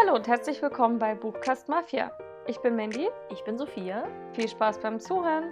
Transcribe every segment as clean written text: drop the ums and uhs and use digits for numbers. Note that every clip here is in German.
Hallo und herzlich willkommen bei Buchcast Mafia. Ich bin Mandy. Ich bin Sophia. Viel Spaß beim Zuhören.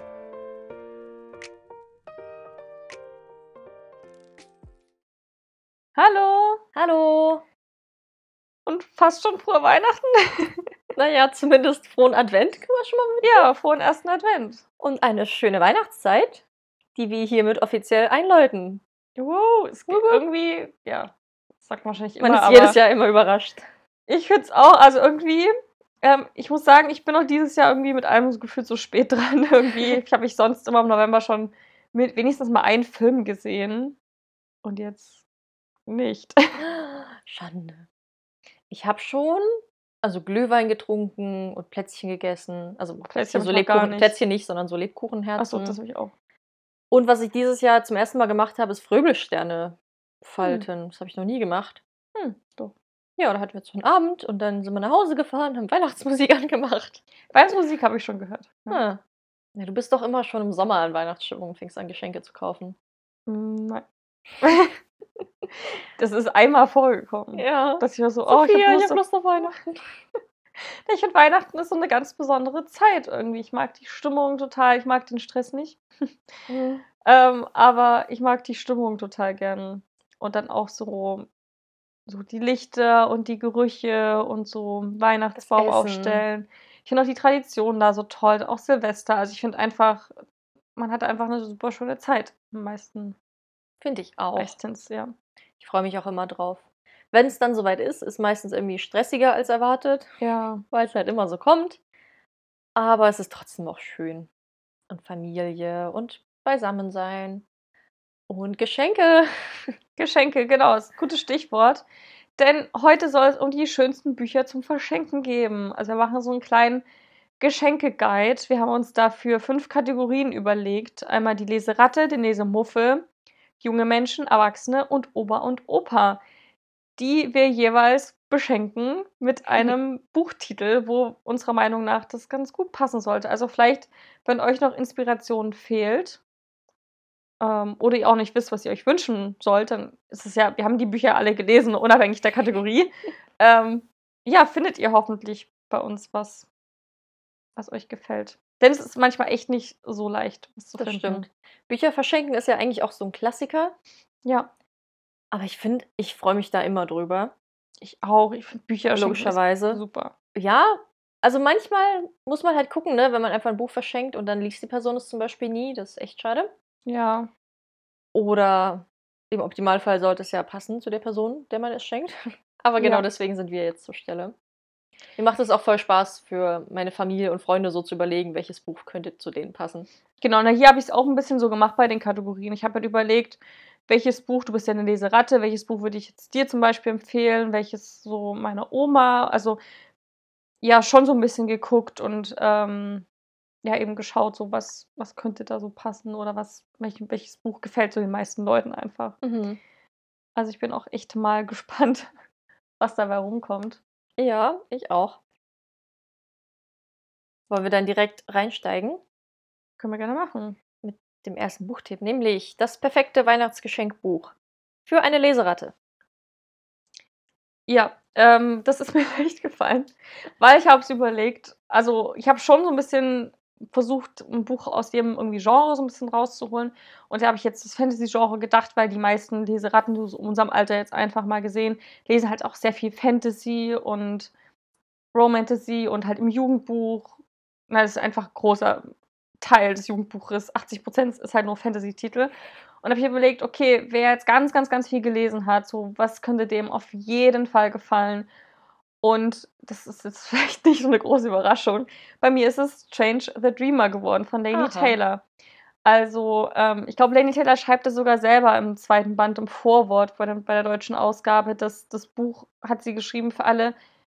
Hallo Hallo. und fast schon frohe Weihnachten. Naja, zumindest frohen Advent können wir schon mal mit. Ja, frohen ersten Advent. Und eine schöne Weihnachtszeit, die wir hiermit offiziell einläuten. Wow, es geht irgendwie, ja, das sagt man wahrscheinlich immer, Man ist aber jedes Jahr immer überrascht. ich finde es auch, also irgendwie, ich muss sagen, ich bin auch dieses Jahr irgendwie mit allem so gefühlt so spät dran. Irgendwie, ich habe mich sonst immer im November schon mit wenigstens mal einen Film gesehen und jetzt nicht. Schande. Ich habe schon Glühwein getrunken und Plätzchen gegessen. Also Plätzchen so hab ich noch gar Lebkuchen, nicht. Plätzchen nicht, sondern so Lebkuchenherzen. Achso, das habe ich auch. Und was ich dieses Jahr zum ersten Mal gemacht habe, ist Fröbelsterne falten. Das habe ich noch nie gemacht. Doch. Ja, da hatten wir so einen Abend und dann sind wir nach Hause gefahren, haben Weihnachtsmusik angemacht. Weihnachtsmusik habe ich schon gehört. Ja. Ah. Ja, du bist doch immer schon im Sommer in Weihnachtsstimmung und fängst an, Geschenke zu kaufen. Nein. Das ist einmal vorgekommen. Ja. Dass ich war so, Sophia, ich habe Lust auf Weihnachten. Ich finde, Weihnachten ist so eine ganz besondere Zeit irgendwie. Ich mag die Stimmung total, ich mag den Stress nicht. Mhm. Aber ich mag die Stimmung total gern. Und dann auch so die Lichter und die Gerüche und so Weihnachtsbaum Essen. aufstellen. Ich finde auch die Tradition da so toll, auch Silvester. Also ich finde einfach, man hat einfach eine super schöne Zeit. Finde ich auch. Meistens, ja. Ich freue mich auch immer drauf. Wenn es dann soweit ist meistens irgendwie stressiger als erwartet, Ja. weil es halt immer so kommt. Aber es ist trotzdem auch schön. Und Familie und beisammen sein. Und Geschenke. Geschenke, genau, ist ein gutes Stichwort. Denn heute soll es um die schönsten Bücher zum Verschenken geben. Also wir machen so einen kleinen Geschenke-Guide. Wir haben uns dafür 5 Kategorien überlegt. Einmal die Leseratte, den Lesemuffel, junge Menschen, Erwachsene und Oma und Opa, die wir jeweils beschenken mit einem Buchtitel, wo unserer Meinung nach das ganz gut passen sollte. Also vielleicht, wenn euch noch Inspiration fehlt, oder ihr auch nicht wisst, was ihr euch wünschen sollt, dann ist es ja, wir haben die Bücher alle gelesen, unabhängig der Kategorie. Ja, findet ihr hoffentlich bei uns was euch gefällt. Denn es ist manchmal echt nicht so leicht, was zu Das finden. stimmt. Bücher verschenken ist ja eigentlich auch so ein Klassiker. Ja, Aber ich finde, ich freue mich da immer drüber. ich auch. Ich finde Bücher schenken ist Logischerweise. super. Ja, also manchmal muss man halt gucken, ne, wenn man einfach ein Buch verschenkt und dann liest die Person es zum Beispiel nie. Das ist echt schade. Ja, Oder im Optimalfall sollte es ja passen zu der Person, der man es schenkt. Aber genau Ja. deswegen sind wir jetzt zur Stelle. Mir macht es auch voll Spaß, für meine Familie und Freunde so zu überlegen, welches Buch könnte zu denen passen. genau. Na, hier habe ich es auch ein bisschen so gemacht bei den Kategorien. Ich habe halt überlegt, welches Buch, du bist ja eine Leseratte, welches Buch würde ich jetzt dir zum Beispiel empfehlen, welches so meiner Oma, also ja, schon so ein bisschen geguckt und ja, eben geschaut, so was könnte da so passen oder welches Buch gefällt so den meisten Leuten einfach. Also, ich bin auch echt mal gespannt, was dabei rumkommt. Ja, ich auch. Wollen wir dann direkt reinsteigen Können wir gerne machen. mit dem ersten Buchtipp, nämlich das perfekte Weihnachtsgeschenkbuch für eine Leseratte. Ja, das ist mir echt gefallen, weil ich habe es überlegt, also, ich habe schon so ein bisschen versucht, ein Buch aus jedem irgendwie Genre so ein bisschen rauszuholen und da habe ich jetzt das Fantasy-Genre gedacht, weil die meisten Leseratten, so in unserem Alter jetzt einfach mal gesehen, lesen halt auch sehr viel Fantasy und Romantasy und halt im Jugendbuch. Na, das ist einfach 'n großer Teil des Jugendbuches. 80% ist halt nur Fantasy-Titel. Und habe ich überlegt, okay, wer jetzt ganz, ganz, ganz viel gelesen hat, so was könnte dem auf jeden Fall gefallen? Und das ist jetzt vielleicht nicht so 'ne große Überraschung. Bei mir ist es Change the Dreamer geworden von Laini Aha. Taylor. Also, ich glaube, Laini Taylor schreibt das sogar selber im 2. Band im Vorwort bei der deutschen Ausgabe. Das Buch hat sie geschrieben für alle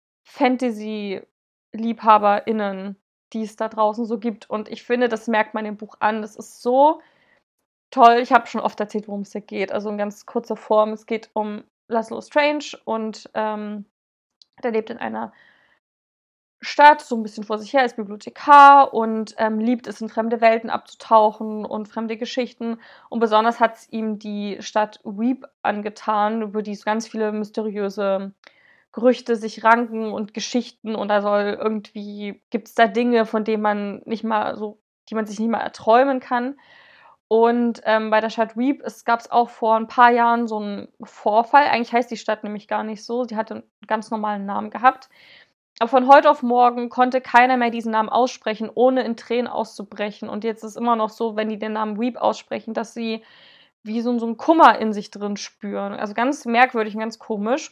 Fantasy-LiebhaberInnen, die es da draußen so gibt. Und ich finde, das merkt man dem Buch an. Das ist so toll. Ich habe schon oft erzählt, worum es hier geht. Also in ganz kurzer Form. Es geht um Laszlo Strange und der lebt in einer Stadt, so ein bisschen vor sich her, ist Bibliothekar und liebt es, in fremde Welten abzutauchen und fremde Geschichten. Und besonders hat's ihm die Stadt Weep angetan, über die es ganz viele mysteriöse Gerüchte sich ranken und Geschichten und da soll irgendwie gibt's da Dinge, von denen man nicht mal so die man sich nicht mal erträumen kann. Und, bei der Stadt Weep gab's auch vor ein paar Jahren so 'n Vorfall. Eigentlich heißt die Stadt nämlich gar nicht so. Die hatte 'n ganz normalen Namen gehabt. Aber von heute auf morgen konnte keiner mehr diesen Namen aussprechen, ohne in Tränen auszubrechen. Und jetzt ist immer noch so, wenn die den Namen Weep aussprechen, dass sie wie so 'n Kummer in sich drin spüren. Also, ganz merkwürdig und ganz komisch.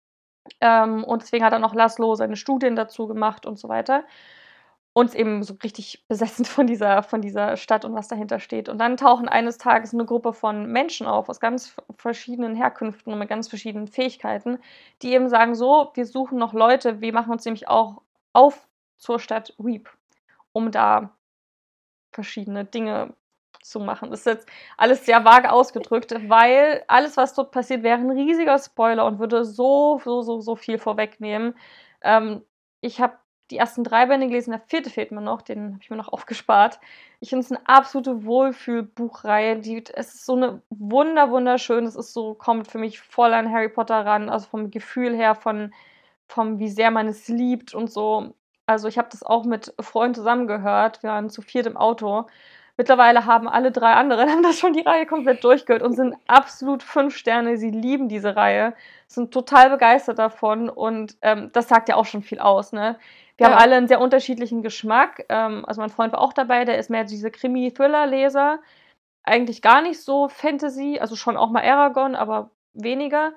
Und deswegen hat dann auch Laszlo seine Studien dazu gemacht und so weiter und ist eben so richtig besessen von dieser Stadt und was dahinter steht. Und dann tauchen eines Tages 'ne Gruppe von Menschen auf aus ganz verschiedenen Herkünften und mit ganz verschiedenen Fähigkeiten, die eben sagen: „So, wir suchen noch Leute. Wir machen uns nämlich auch auf zur Stadt Weep, um da verschiedene Dinge zu machen.“ Das ist jetzt alles sehr vage ausgedrückt, weil alles, was dort passiert, wäre 'n riesiger Spoiler und würde so viel vorwegnehmen. Ich habe die ersten 3 Bände gelesen, der 4. fehlt mir noch, den habe ich mir noch aufgespart. Ich finde es 'ne absolute Wohlfühl-Buchreihe, die es ist so 'ne wunderschön es ist so kommt für mich voll an Harry Potter ran, also vom Gefühl her, vom wie sehr man es liebt und so. Also, ich habe das auch mit Freunden zusammen gehört. Wir waren zu viert im Auto. Mittlerweile haben alle 3 anderen haben das schon die Reihe komplett durchgehört und sind absolut 5 Sterne. Sie lieben diese Reihe, sind total begeistert davon und, das sagt ja auch schon viel aus, ne? Wir haben Ja. alle 'n sehr unterschiedlichen Geschmack. Also, mein Freund war auch dabei, der ist mehr diese Krimi-Thriller-Leser. Eigentlich gar nicht so Fantasy, also schon auch mal Eragon, aber weniger.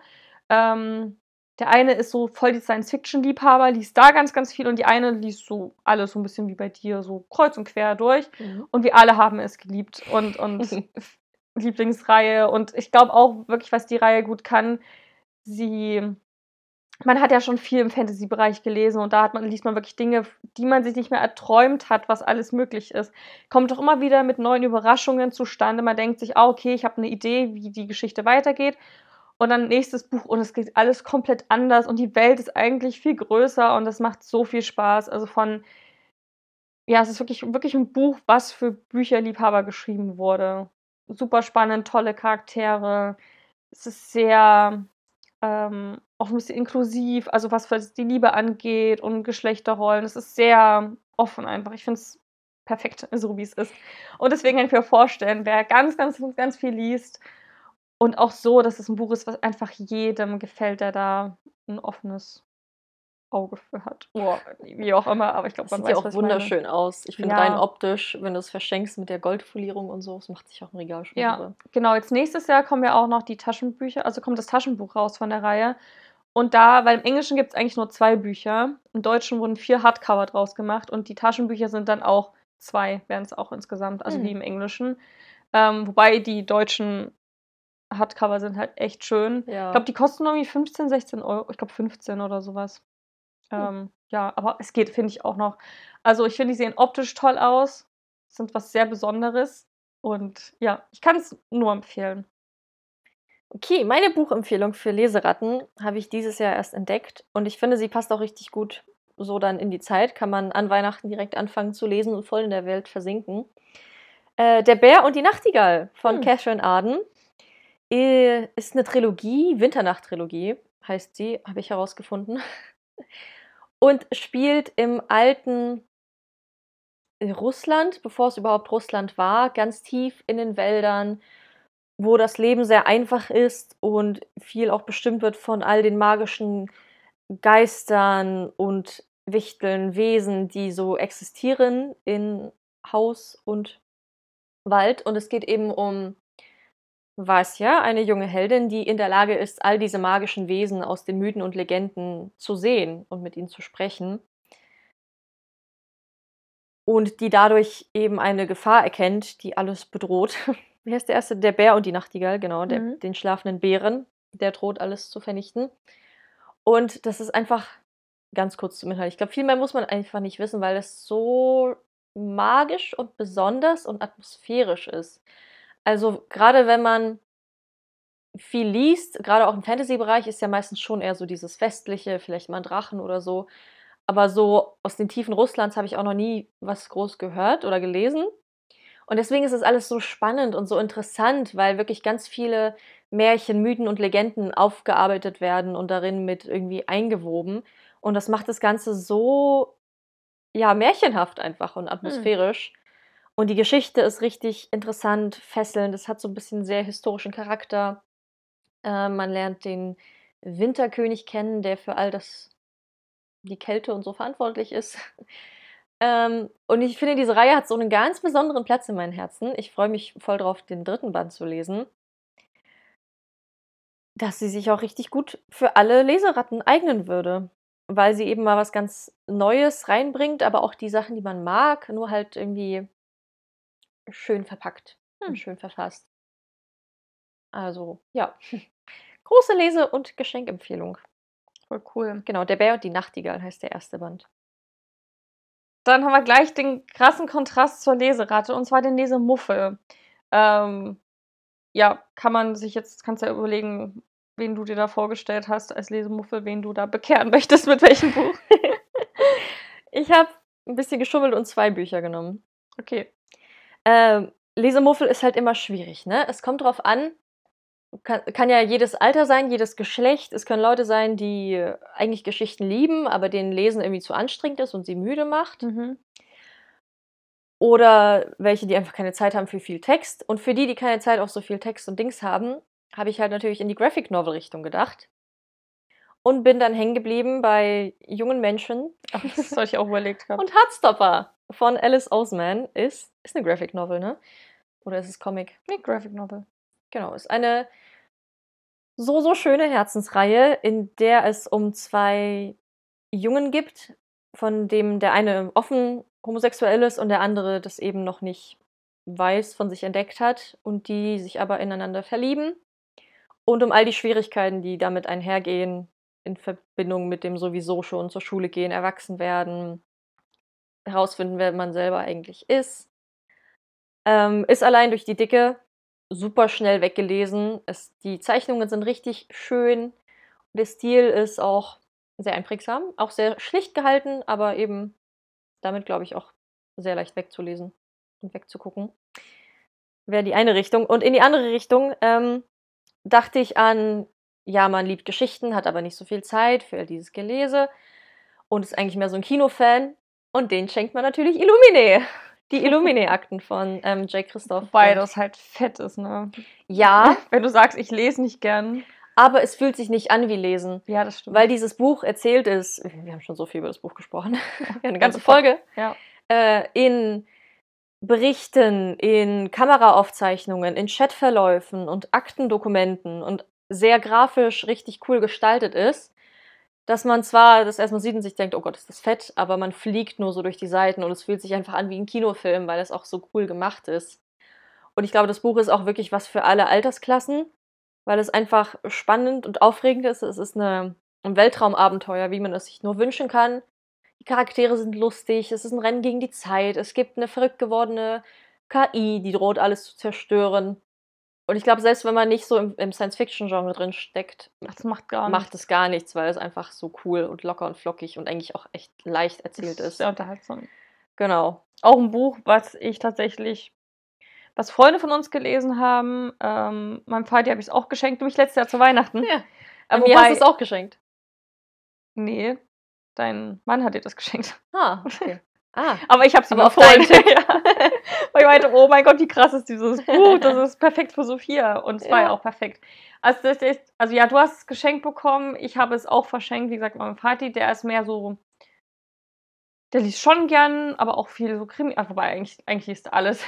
Der eine ist so voll die Science-Fiction-Liebhaber, liest da ganz viel und die eine liest so alles so 'n bisschen wie bei dir, so kreuz und quer durch. Mhm. Und wir alle haben es geliebt und Lieblingsreihe und ich glaube auch wirklich, was die Reihe gut kann, sie man hat ja schon viel im Fantasy-Bereich gelesen und da liest man wirklich Dinge, die man sich nicht mehr erträumt hat, was alles möglich ist. Kommt doch immer wieder mit neuen Überraschungen zustande. Man denkt sich: „Ah, okay, ich habe 'ne Idee, wie die Geschichte weitergeht.“ Und dann nächstes Buch und es geht alles komplett anders und die Welt ist eigentlich viel größer und das macht so viel Spaß. Also, ja, es ist wirklich 'n Buch, was für Bücherliebhaber geschrieben wurde. Super spannend, tolle Charaktere. Es ist sehr, auch 'n bisschen inklusiv, also was die Liebe angeht und Geschlechterrollen. Es ist sehr offen einfach. Ich finde es perfekt, so wie es ist. Und deswegen kann ich mir vorstellen, wer ganz viel liest und auch so, dass es 'n Buch ist, was einfach jedem gefällt, der da 'n offenes Auge für hat. Boah, wie auch immer, aber ich glaube, Das man sieht ja weiß, auch was ich meine. wunderschön aus. Ich finde rein Ja. optisch, wenn du's verschenkst mit der Goldfolierung und so, das macht sich auch im Regal schon Ja, super. genau. Jetzt nächstes Jahr kommen ja auch noch die Taschenbücher also kommt das Taschenbuch raus von der Reihe. Und da weil im Englischen gibt's eigentlich nur 2 Bücher. Im Deutschen wurden 4 Hardcover draus gemacht und die Taschenbücher sind dann auch 2 wären's auch insgesamt, also wie Mhm. im Englischen. Wobei die deutschen Hardcover sind halt echt schön. Ich glaube, Ja. die kosten irgendwie 15, 16 €. Ich glaube 15 oder so was. Hm. Ja, aber es geht, finde ich auch noch. Also, ich finde, die sehen optisch toll aus, sind was sehr Besonderes und ja, ich kann's nur empfehlen. Okay, meine Buchempfehlung für Leseratten habe ich dieses Jahr erst entdeckt und ich finde, sie passt auch richtig gut so dann in die Zeit. Kann man an Weihnachten direkt anfangen zu lesen und voll in der Welt versinken. „Der Bär und die Nachtigall“ von Hm. Katherine Arden, ist 'ne Trilogie, Winternacht-Trilogie heißt sie, habe ich herausgefunden. Und spielt im alten Russland, bevor es überhaupt Russland war, ganz tief in den Wäldern, wo das Leben sehr einfach ist und viel auch bestimmt wird von all den magischen Geistern und Wichteln, Wesen, die so existieren in Haus und Wald. Und es geht eben um Vasja, eine junge Heldin, die in der Lage ist, all diese magischen Wesen aus den Mythen und Legenden zu sehen und mit ihnen zu sprechen. Und die dadurch eben eine Gefahr erkennt, die alles bedroht. Wie heißt der erste? Der Bär und die Nachtigall, genau, Mhm. den schlafenden Bären, der droht alles zu vernichten. Und das ist einfach ganz kurz zum Inhalt. Ich glaube, viel mehr muss man einfach nicht wissen, weil es so magisch und besonders und atmosphärisch ist. Also, grade wenn man viel liest, grade auch im Fantasybereich ist ja meistens schon eher so dieses Westliche, vielleicht mal 'n Drachen oder so. Aber so aus den Tiefen Russlands habe ich auch noch nie was groß gehört oder gelesen. Und deswegen ist es alles so spannend und so interessant, weil wirklich ganz viele Märchen, Mythen und Legenden aufgearbeitet werden und darin mit irgendwie eingewoben. Und das macht das Ganze so, ja, märchenhaft einfach und atmosphärisch. Und die Geschichte ist richtig interessant, fesselnd. Es hat so ein bisschen sehr historischen Charakter. Man lernt den Winterkönig kennen, der für all das die Kälte und so verantwortlich ist. Und ich finde, diese Reihe hat so einen ganz besonderen Platz in meinem Herzen. Ich freue mich voll drauf, den 3. Band zu lesen, dass sie sich auch richtig gut für alle Leseratten eignen würde, weil sie eben mal was ganz Neues reinbringt, aber auch die Sachen, die man mag, nur halt irgendwie schön verpackt und schön verfasst. Also, ja, große Lese und Geschenkempfehlung. Voll cool. Genau, „Der Bär und die Nachtigall" heißt der 1. Band. Dann haben wir gleich den krassen Kontrast zur Leseratte, und zwar den Lesemuffel. Ja, kannst ja überlegen, wen du dir da vorgestellt hast als Lesemuffel, wen du da bekehren möchtest, mit welchem Buch. Ich habe 'n bisschen geschummelt und 2 Bücher genommen. Okay. Lesemuffel ist halt immer schwierig, ne? Es kommt drauf an, kann ja jedes Alter sein, jedes Geschlecht. Es können Leute sein, die eigentlich Geschichten lieben, aber denen Lesen irgendwie zu anstrengend ist und sie müde macht. Mhm. Oder welche, die einfach keine Zeit haben für viel Text. Und für die, die keine Zeit auf so viel Text und Dings haben, habe ich halt natürlich in die Graphic-Novel-Richtung gedacht und bin dann hängen geblieben bei jungen Menschen. Das habe ich auch überlegt gehabt. Und Heartstopper von Alice Oseman ist 'ne Graphic Novel, ne? Oder ist es Comic? Nee, Graphic Novel. Genau, ist eine so schöne Herzensreihe, in der es um 2 Jungen gibt, von dem der eine offen homosexuell ist und der andere das eben noch nicht weiß, von sich entdeckt hat und die sich aber ineinander verlieben. Und um all die Schwierigkeiten, die damit einhergehen, in Verbindung mit dem sowieso schon zur Schule gehen, erwachsen werden, herausfinden, wer man selber eigentlich ist. Ist allein durch die Dicke super schnell weggelesen. Die Zeichnungen sind richtig schön. Der Stil ist auch sehr einprägsam, auch sehr schlicht gehalten, aber eben damit, glaube ich, auch sehr leicht wegzulesen und wegzugucken. Wäre die eine Richtung. Und in die andere Richtung dachte ich an, ja, man liebt Geschichten, hat aber nicht so viel Zeit für all dieses Gelese und ist eigentlich mehr so ein Kinofan. Und den schenkt man natürlich Illuminae. Die Illuminae-Akten von J. Christoph. Wobei das halt fett ist, ne? Ja, Wenn du sagst, ich lese nicht gern. aber es fühlt sich nicht an wie Lesen. Ja, das stimmt. Weil dieses Buch erzählt ist, wir haben schon so viel über das Buch gesprochen, ja, eine ganze Ganz Folge, Ja. In Berichten, in Kameraaufzeichnungen, in Chatverläufen und Aktendokumenten und sehr grafisch richtig cool gestaltet ist, dass man zwar das erstmal sieht und sich denkt: „Oh Gott, ist das fett", aber man fliegt nur so durch die Seiten und es fühlt sich einfach an wie 'n Kinofilm, weil es auch so cool gemacht ist. Und ich glaube, das Buch ist auch wirklich was für alle Altersklassen, weil es einfach spannend und aufregend ist. Es ist 'n Weltraumabenteuer, wie man es sich nur wünschen kann. Die Charaktere sind lustig, es ist 'n Rennen gegen die Zeit, es gibt 'ne verrückt gewordene KI, die droht, alles zu zerstören. Und ich glaube, selbst wenn man nicht so im Science-Fiction-Genre drin steckt, Das macht gar macht nichts. es gar nichts, weil es einfach so cool und locker und flockig und eigentlich auch echt leicht erzählt ist. Sehr unterhaltsam. Genau. Auch ein Buch, was Freunde von uns gelesen haben. Meinem Vati habe ich's auch geschenkt, nämlich letztes Jahr zu Weihnachten. Ja. Mir Wobei hast du's auch geschenkt. Ne, dein Mann hat dir das geschenkt. Ah, okay. Ah, Aber ich habe es ihm aber auf empfohlen. deinen Tipp. Ja. Weil ich meinte: „Oh mein Gott, wie krass ist dieses Buch? Das ist perfekt für Sophia." Und es war ja Ja. auch perfekt. Also ja, du hast es geschenkt bekommen, ich habe es auch verschenkt. Wie gesagt, meinem Vati, der ist mehr so, der liest schon gern, aber auch viel so Krimi, wobei eigentlich liest er alles.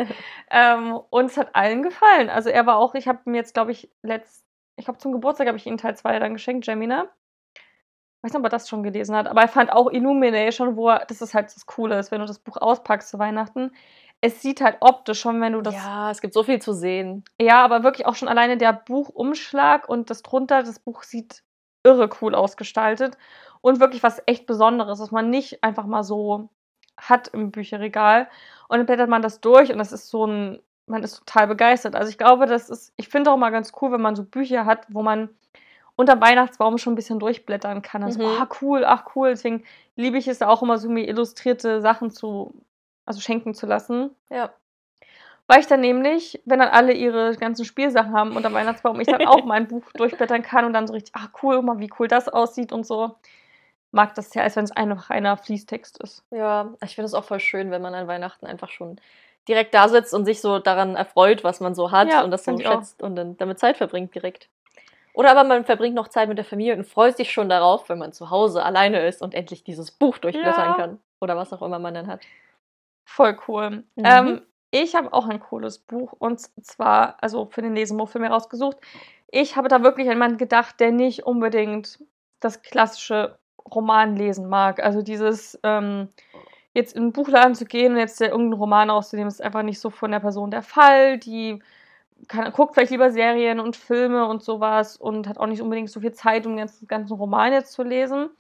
Und es hat allen gefallen. Also, er war auch, ich habe ihm jetzt, glaube ich, zum Geburtstag habe ich ihm Teil 2 dann geschenkt, Gemina. Weiß nicht, ob er das schon gelesen hat, aber er fand auch Illuminae schon, das ist halt das Coole ist, wenn du das Buch auspackst zu Weihnachten. Es sieht halt optisch schon, wenn du das, Ja, es gibt so viel zu sehen. ja, aber wirklich auch schon alleine der Buchumschlag und das Buch sieht irre cool ausgestaltet und wirklich was echt Besonderes, was man nicht einfach mal so hat im Bücherregal. Und dann blättert man das durch und das ist man ist total begeistert. Also, ich glaube, ich finde auch mal ganz cool, wenn man so Bücher hat, wo man unterm Weihnachtsbaum schon 'n bisschen durchblättern kann. Also: Mhm. „Oh, cool, ach cool." Deswegen liebe ich es auch immer so, mir illustrierte Sachen schenken zu lassen. Ja. weil ich dann nämlich, wenn dann alle ihre ganzen Spielsachen haben unter Weihnachtsbaum, ich dann auch mein Buch durchblättern kann und dann so richtig, ach cool, guck mal, wie cool das aussieht und so. Mag das ja, als wenn es einfach reiner Fließtext ist. Ja, ich finde es auch voll schön, wenn man an Weihnachten einfach schon direkt da sitzt und sich so daran erfreut, was man so hat und Ja, das so finde ich auch. schätzt und dann damit Zeit verbringt direkt. Oder aber man verbringt noch Zeit mit der Familie und freut sich schon darauf, wenn man zu Hause alleine ist und endlich dieses Buch durchblättern Ja, kann oder was auch immer man dann hat. voll cool. Mhm. Ich habe auch ein cooles Buch und zwar, also für den Lesemuffel mir rausgesucht. Ich habe da wirklich an jemanden gedacht, der nicht unbedingt das klassische Romanlesen mag. Also dieses, jetzt in 'n Buchladen zu gehen und jetzt irgend 'n Roman rauszunehmen, ist einfach nicht so von der Person der Fall. Die guckt vielleicht lieber Serien und Filme und so was und hat auch nicht unbedingt so viel Zeit, um den ganzen Roman jetzt zu lesen.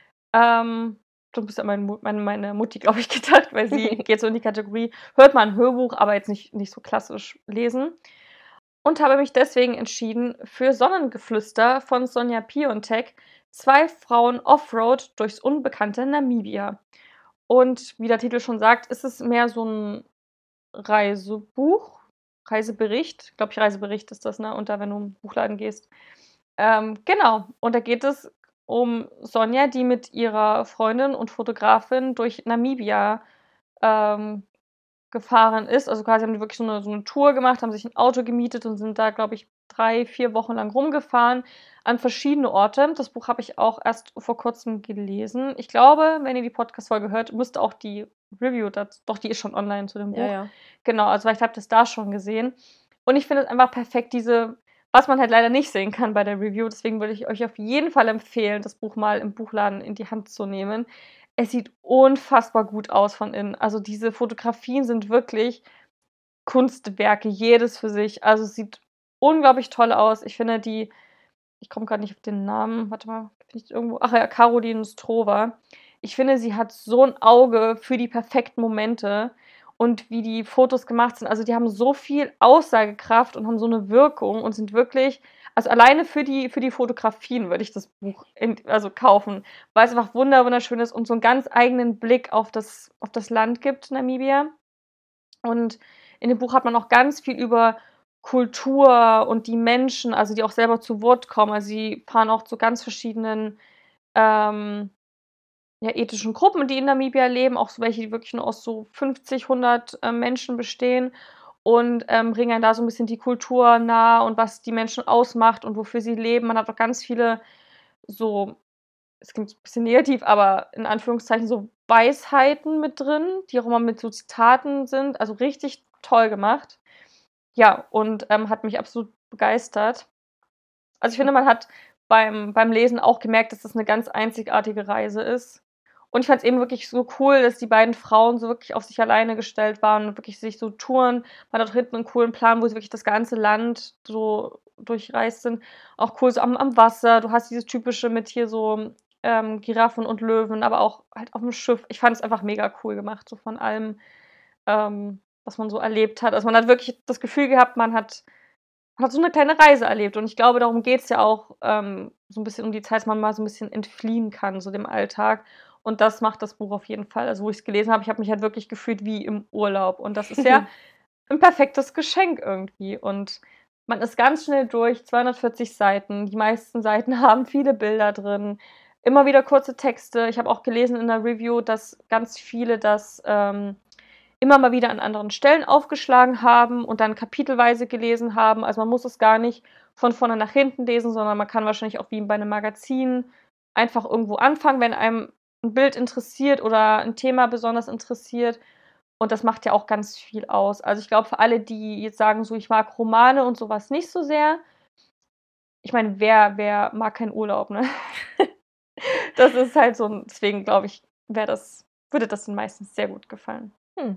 So 'n bisschen an meine Mutti, glaube ich, gedacht, weil sie geht so in die Kategorie, hört mal 'n Hörbuch, aber jetzt nicht so klassisch lesen. Und habe mich deswegen entschieden für Sonnengeflüster von Sonja Piontek, 2 Frauen Offroad durchs unbekannte Namibia. Und wie der Titel schon sagt, ist es mehr so 'n Reisebuch, Reisebericht. Glaube ich, Reisebericht ist das, ne, unter wenn du im Buchladen gehst. Genau. Und da geht es um Sonja, die mit ihrer Freundin und Fotografin durch Namibia, ähm, gefahren ist. Also, quasi haben die wirklich so 'ne Tour gemacht, haben sich 'n Auto gemietet und sind da, glaube ich, 3, 4 Wochen lang rumgefahren an verschiedene Orte. Das Buch habe ich auch erst vor Kurzem gelesen. Ich glaube, wenn ihr die Podcast-Folge hört, müsste auch die Review doch, die ist schon online zu dem Ja, Buch. ja. Genau, also vielleicht habt ihr's da schon gesehen. Und ich finde es einfach perfekt, was man halt leider nicht sehen kann bei der Review. Deswegen würde ich euch auf jeden Fall empfehlen, das Buch mal im Buchladen in die Hand zu nehmen. Es sieht unfassbar gut aus von innen. Also, diese Fotografien sind wirklich Kunstwerke, jedes für sich. Also, es sieht unglaublich toll aus. Ich komme grad nicht auf den Namen. Warte mal, finde ich's irgendwo? Ach ja, Caroline Strower. Ich finde, sie hat so 'n Auge für die perfekten Momente und wie die Fotos gemacht sind. Also, die haben so viel Aussagekraft und haben so 'ne Wirkung und sind wirklich, also, alleine für die Fotografien würde ich das Buch kaufen, weil's einfach wunderschön ist und so 'n ganz eigenen Blick auf das Land gibt, Namibia. Und in dem Buch hat man auch ganz viel über Kultur und die Menschen, also, die auch selber zu Wort kommen. Also, sie fahren auch zu ganz verschiedenen, ähm, ja, ethnischen Gruppen, die in Namibia leben, auch so welche, die wirklich nur aus so 50, 100, Menschen bestehen und, bringen einem da so 'n bisschen die Kultur nahe und was die Menschen ausmacht und wofür sie leben. Man hat auch ganz viele so, es klingt 'n bisschen negativ, aber in Anführungszeichen so Weisheiten mit drin, die auch immer mit so Zitaten sind, also richtig toll gemacht. Ja, und, hat mich absolut begeistert. Also, ich finde, man hat beim Lesen auch gemerkt, dass das 'ne ganz einzigartige Reise ist. Und ich fand's eben wirklich so cool, dass die beiden Frauen so wirklich auf sich alleine gestellt waren und wirklich sich so Touren, man hat auch hinten 'n coolen Plan, wo sie wirklich das ganze Land so durchreist sind. Auch cool so am Wasser. Du hast dieses Typische mit hier so, Giraffen und Löwen, aber auch halt auf'm Schiff. Ich fand's einfach mega cool gemacht, so von allem, was man so erlebt hat. Also, man hat wirklich das Gefühl gehabt, man hat so 'ne kleine Reise erlebt und ich glaube, darum geht's ja auch, so 'n bisschen um die Zeit, dass man mal so 'n bisschen entfliehen kann, so dem Alltag. Und das macht das Buch auf jeden Fall. Also, wo ich's gelesen habe, ich habe mich halt wirklich gefühlt wie im Urlaub und das ist ja 'n perfektes Geschenk irgendwie und man ist ganz schnell durch, 240 Seiten. Die meisten Seiten haben viele Bilder drin, immer wieder kurze Texte. Ich habe auch gelesen in der Review, dass ganz viele das, immer mal wieder an anderen Stellen aufgeschlagen haben und dann kapitelweise gelesen haben. Also, man muss es gar nicht von vorne nach hinten lesen, sondern man kann wahrscheinlich auch wie bei 'nem Magazin einfach irgendwo anfangen, wenn einem 'n Bild interessiert oder 'n Thema besonders interessiert. Und das macht ja auch ganz viel aus. Also, ich glaube, für alle, die jetzt sagen so: „Ich mag Romane und so was nicht so sehr“, ich meine, wer mag keinen Urlaub, ne? Das ist halt so 'n, deswegen glaube ich, würde das den meisten sehr gut gefallen. Hm.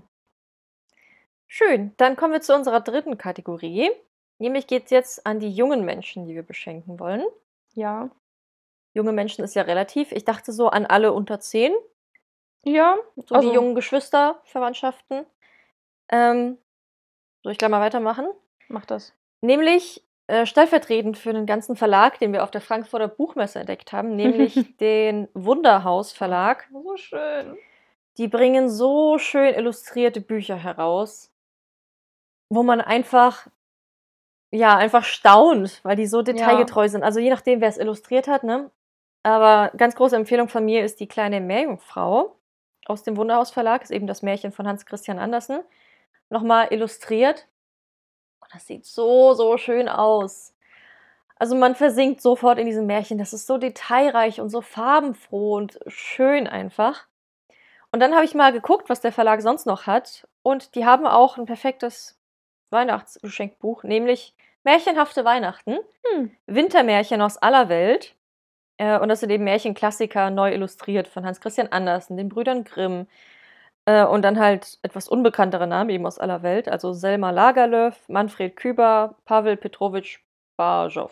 Schön, dann kommen wir zu unserer dritten Kategorie. Nämlich geht's jetzt an die jungen Menschen, die wir beschenken wollen. Ja. Junge Menschen ist ja relativ. Ich dachte so an alle unter 10, Ja, so die also jungen Geschwister, Verwandtschaften. Ähm, Soll ich gleich mal weitermachen? mach das. Nämlich, stellvertretend für den ganzen Verlag, den wir auf der Frankfurter Buchmesse entdeckt haben, nämlich den Wunderhaus Verlag. So schön. Die bringen so schön illustrierte Bücher heraus. wo man einfach staunt, weil die so detailgetreu sind. Also je nachdem, wer es illustriert hat, ne? Aber ganz große Empfehlung von mir ist die kleine Meerjungfrau aus dem Wunderhaus Verlag, ist eben das Märchen von Hans Christian Andersen, noch mal illustriert. Und das sieht so, so schön aus. Also man versinkt sofort in diesem Märchen. Das ist so detailreich und so farbenfroh und schön einfach. Und dann habe ich mal geguckt, was der Verlag sonst noch hat. Und die haben auch ein perfektes Weihnachtsgeschenkbuch, nämlich Märchenhafte Weihnachten. Wintermärchen aus aller Welt. Und das sind eben Märchenklassiker, neu illustriert von Hans Christian Andersen, den Brüdern Grimm. Und dann halt etwas unbekanntere Namen eben aus aller Welt. Also Selma Lagerlöf, Manfred Küber, Pawel Petrowitsch Bajow.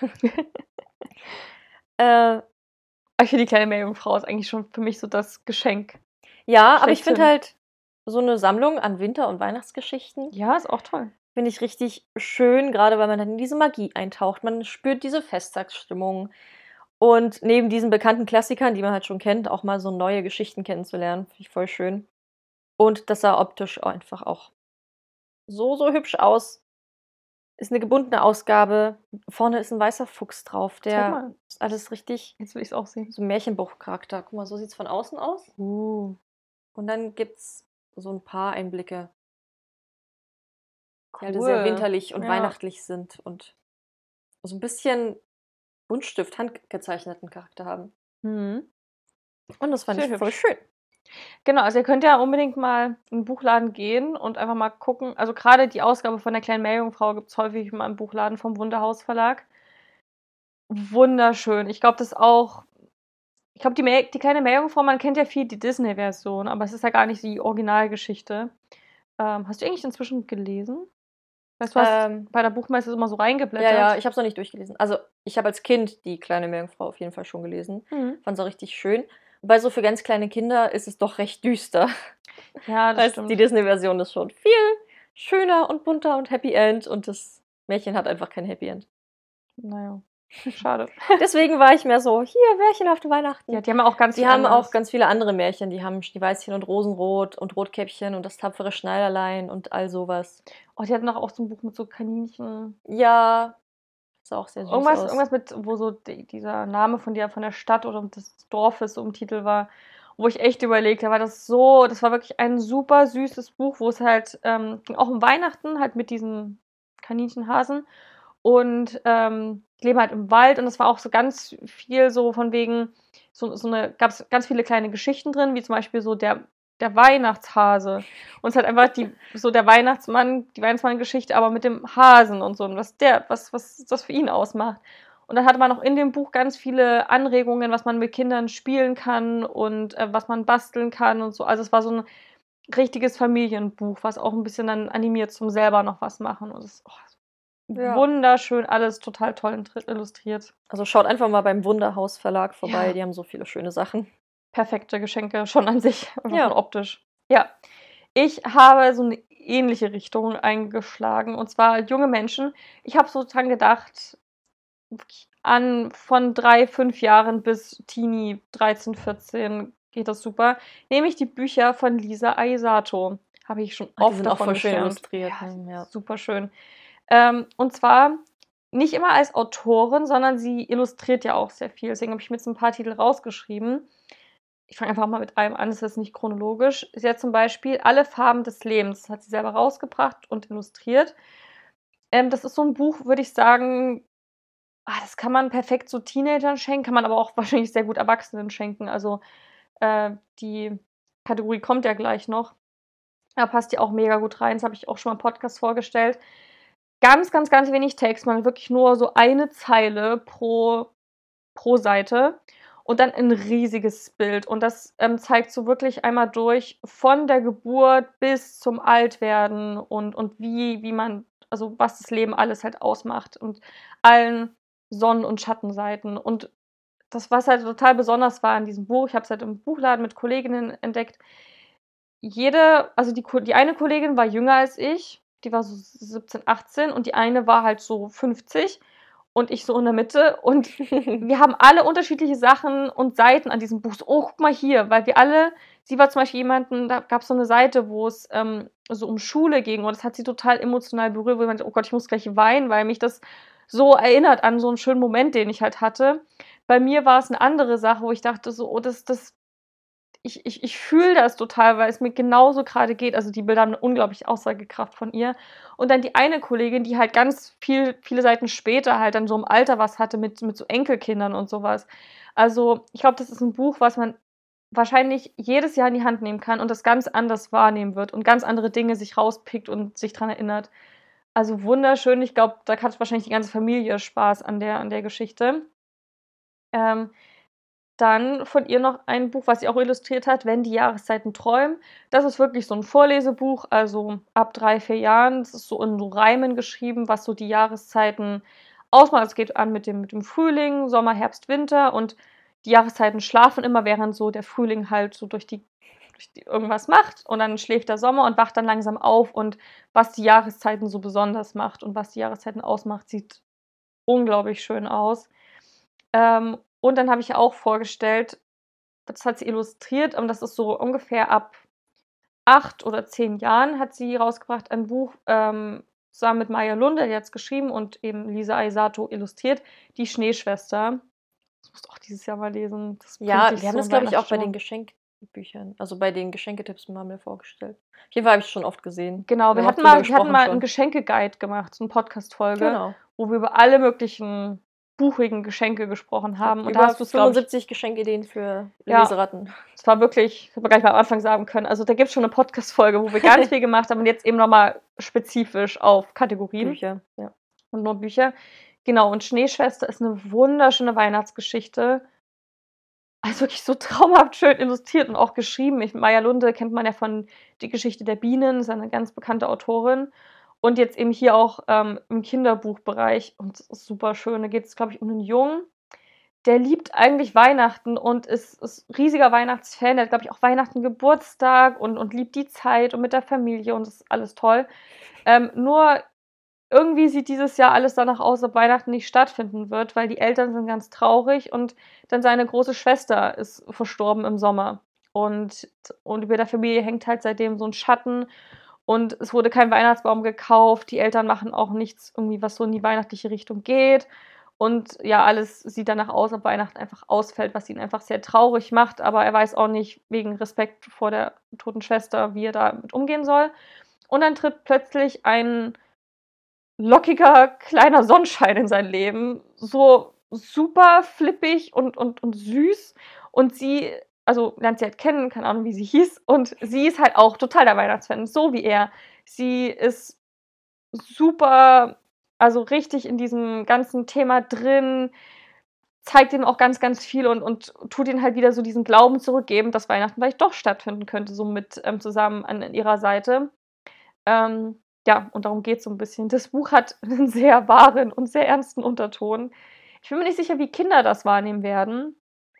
Ich finde, die kleine Meerjungfrau ist eigentlich schon für mich so das Geschenk. Ja, aber ich Schlechthin. finde halt so eine Sammlung an Winter- und Weihnachtsgeschichten, Ja, ist auch toll. finde ich richtig schön, gerade weil man dann in diese Magie eintaucht. Man spürt diese Festtagsstimmung. Und neben diesen bekannten Klassikern, die man halt schon kennt, auch mal so neue Geschichten kennenzulernen, finde ich voll schön. Und das sah optisch einfach auch so, so hübsch aus. Ist eine gebundene Ausgabe. Vorne ist ein weißer Fuchs drauf. Zeig Der mal. ist alles richtig Jetzt will ich es auch sehen. so 'n Märchenbuchcharakter. Guck mal, so sieht's von außen aus. Und dann gibt's so ein paar Einblicke, die halt sehr Cool. winterlich und Ja. weihnachtlich sind und so ein bisschen Buntstift, handgezeichneten Charakter haben. Mhm. Und das fand Sehr ich voll hübsch. schön. Genau, also ihr könnt ja unbedingt mal in 'n Buchladen gehen und einfach mal gucken. Also gerade die Ausgabe von der kleinen Meerjungfrau gibt's häufig mal im Buchladen vom Wunderhaus Verlag. Wunderschön. Ich glaube, die kleine Meerjungfrau, man kennt ja viel die Disney-Version, aber es ist ja gar nicht die Originalgeschichte. Hast du eigentlich inzwischen gelesen? Weißt du, du hast Ähm, bei der Buchmesse immer so ja, reingeblättert. ich habe es noch nicht durchgelesen. Also, ich habe als Kind die kleine Meerjungfrau auf jeden Fall schon gelesen. Mhm. Fand's auch richtig schön. Wobei so für ganz kleine Kinder ist es doch recht düster. Ja, das Heißt, stimmt. die Disney-Version ist schon viel schöner und bunter und Happy End und das Märchen hat einfach kein Happy End. Na ja, schade. Deswegen war ich mehr so: „Hier, märchenhafte Weihnachten." Ja, die haben ja auch ganz Die viel haben auch anderes. ganz viele andere Märchen. Die haben Schneeweißchen und Rosenrot und Rotkäppchen und das tapfere Schneiderlein und all sowas. Oh, die hatten doch auch so 'n Buch mit so Kaninchen. Ja, sah auch sehr süß aus. Irgendwas mit wo so dieser Name von der Stadt oder des Dorfes so im Titel war, wo ich echt überlegt habe, das war wirklich ein super süßes Buch, wo es halt, ging auch um Weihnachten, halt mit diesen Kaninchenhasen und, die leben halt im Wald und es war auch so ganz viel so von wegen gab's ganz viele kleine Geschichten drin, wie zum Beispiel so der Weihnachtshase. Und es hat einfach der Weihnachtsmann, die Weihnachtsmann-Geschichte, aber mit dem Hasen und so und was das für ihn ausmacht. Und dann hatte man auch in dem Buch ganz viele Anregungen, was man mit Kindern spielen kann und, was man basteln kann und so. Also, es war so 'n richtiges Familienbuch, was auch 'n bisschen dann animiert zum selber noch was machen und Ja. wunderschön, alles total toll illustriert. Also, schaut einfach mal beim Wunderhaus Verlag vorbei, Ja. die haben so viele schöne Sachen. Perfekte Geschenke schon an sich, einfach Ja. schon optisch. Ja. Ich habe so 'ne ähnliche Richtung eingeschlagen, und zwar junge Menschen. Ich habe so dran gedacht, wirklich von 3, 5 Jahren bis Teenie, 13, 14 geht das super. Nämlich die Bücher von Lisa Aisato. Habe ich schon Die oft sind auch davon voll schön geschwärmt. illustriert, Ja, ne? Ja. superschön. Und zwar nicht immer als Autorin, sondern sie illustriert ja auch sehr viel. Deswegen habe ich mir jetzt 'n paar Titel rausgeschrieben. Ich fange einfach mal mit einem an, das ist jetzt nicht chronologisch. Sie hat zum Beispiel „Alle Farben des Lebens", das hat sie selber rausgebracht und illustriert. Das ist so 'n Buch, würde ich sagen, das kann man perfekt so Teenagern schenken, kann man aber auch wahrscheinlich sehr gut Erwachsenen schenken. Also, die Kategorie kommt ja gleich noch. Da passt die auch mega gut rein. Das habe ich auch schon mal im Podcast vorgestellt. Ganz, ganz, ganz wenig Text, man wirklich nur so eine Zeile pro Seite und dann 'n riesiges Bild. Und das, zeigt so wirklich einmal durch von der Geburt bis zum Altwerden und wie man also, was das Leben alles halt ausmacht und allen Sonnen und Schattenseiten. Und das, was halt total besonders war an diesem Buch, ich habe es halt im Buchladen mit Kolleginnen entdeckt. Die eine Kollegin war jünger als ich, die war so 17, 18 und die eine war halt so 50 und ich so in der Mitte und wir haben alle unterschiedliche Sachen und Seiten an diesem Buch. So: „Oh, guck mal hier", weil wir alle sie war zum Beispiel jemanden, da gab's so 'ne Seite, wo es, so um Schule ging und das hat sie total emotional berührt, wo sie meinte: „Oh Gott, ich muss gleich weinen, weil mich das so erinnert an so 'n schönen Moment, den ich halt hatte.“ Bei mir war es 'ne andere Sache, wo ich dachte so: „Oh, das ich fühle das total, weil es mir genauso grade geht.“ Also, die Bilder haben 'ne unglaubliche Aussagekraft von ihr. Und dann die eine Kollegin, die halt ganz viele Seiten später halt dann so im Alter was hatte mit so Enkelkindern und so was. Also, ich glaube, das ist 'n Buch, was man wahrscheinlich jedes Jahr in die Hand nehmen kann und das ganz anders wahrnehmen wird und ganz andere Dinge sich rauspickt und sich dran erinnert. Also, wunderschön. Ich glaube, da hat wahrscheinlich die ganze Familie Spaß an der Geschichte. Ähm, Dann von ihr noch ein Buch, was sie auch illustriert hat, „Wenn die Jahreszeiten träumen“. Das ist wirklich so 'n Vorlesebuch, also ab 3 4 Jahren. Das ist so in so Reimen geschrieben, was so die Jahreszeiten ausmacht. Es geht an mit dem Frühling, Sommer, Herbst, Winter und die Jahreszeiten schlafen immer, während so der Frühling halt so durch die irgendwas macht und dann schläft der Sommer und wacht dann langsam auf und was die Jahreszeiten so besonders macht und was die Jahreszeiten ausmacht, sieht unglaublich schön aus. Und dann habe ich auch vorgestellt, das hat sie illustriert und das ist so ungefähr ab 8 oder 10 Jahren hat sie rausgebracht ein Buch, zusammen mit Maya Lunde, die hat's geschrieben und eben Lisa Aisato illustriert, „Die Schneeschwester“. Das musst du auch dieses Jahr mal lesen. Das bringt Ja, dich wir haben so das, in glaube ich, auch bei den Weihnachtsstimmung. Geschenkbüchern, also bei den Geschenketipps haben wir vorgestellt. Auf jeden Fall habe ich's schon oft gesehen. Genau, Wir wir haben auch hatten drüber mal wir hatten gesprochen mal 'n schon. Geschenke-Guide gemacht, so 'ne Podcast-Folge, Genau. wo wir über alle möglichen buchigen Geschenke gesprochen Ich habe haben und da über hast du's, glaube ich 75 Geschenkideen für ja, Leseratten. es war wirklich hätte man gleich mal am Anfang sagen können. Also, da gibt's schon 'ne Podcast-Folge, wo wir ganz viel gemacht haben und jetzt eben noch mal spezifisch auf Kategorien Bücher, ja. und nur Bücher. Genau, und Schneeschwester ist 'ne wunderschöne Weihnachtsgeschichte. Also, wirklich so traumhaft schön illustriert und auch geschrieben. Maya Lunde kennt man ja von „Die Geschichte der Bienen“, ist ja 'ne ganz bekannte Autorin und jetzt eben hier auch, im Kinderbuchbereich und es ist super schön. Da geht's, glaube ich, um 'nen Jungen, der liebt eigentlich Weihnachten und ist riesiger Weihnachtsfan. Der hat, glaube ich, auch Weihnachten Geburtstag und liebt die Zeit und mit der Familie und das ist alles toll. Nur irgendwie sieht dieses Jahr alles danach aus, ob Weihnachten nicht stattfinden wird, weil die Eltern sind ganz traurig und dann seine große Schwester ist verstorben im Sommer. Und über der Familie hängt halt seitdem so 'n Schatten und es wurde kein Weihnachtsbaum gekauft. Die Eltern machen auch nichts irgendwie, was so in die weihnachtliche Richtung geht. Und ja, alles sieht danach aus, ob Weihnachten einfach ausfällt, was ihn einfach sehr traurig macht, aber er weiß auch nicht wegen Respekt vor der toten Schwester, wie er damit umgehen soll. Und dann tritt plötzlich ein lockiger kleiner Sonnenschein in sein Leben, so super flippig und süß und sie also, lernt sie halt kennen, keine Ahnung, wie sie hieß und sie ist halt auch total der Weihnachtsfan, so wie er. Sie ist super also, richtig in diesem ganzen Thema drin, zeigt ihm auch ganz, ganz viel und tut ihm halt wieder so diesen Glauben zurückgeben, dass Weihnachten vielleicht doch stattfinden könnte, so mit zusammen an ihrer Seite. Ja, und darum geht's so 'n bisschen. Das Buch hat 'nen sehr wahren und sehr ernsten Unterton. Ich bin mir nicht sicher, wie Kinder das wahrnehmen werden.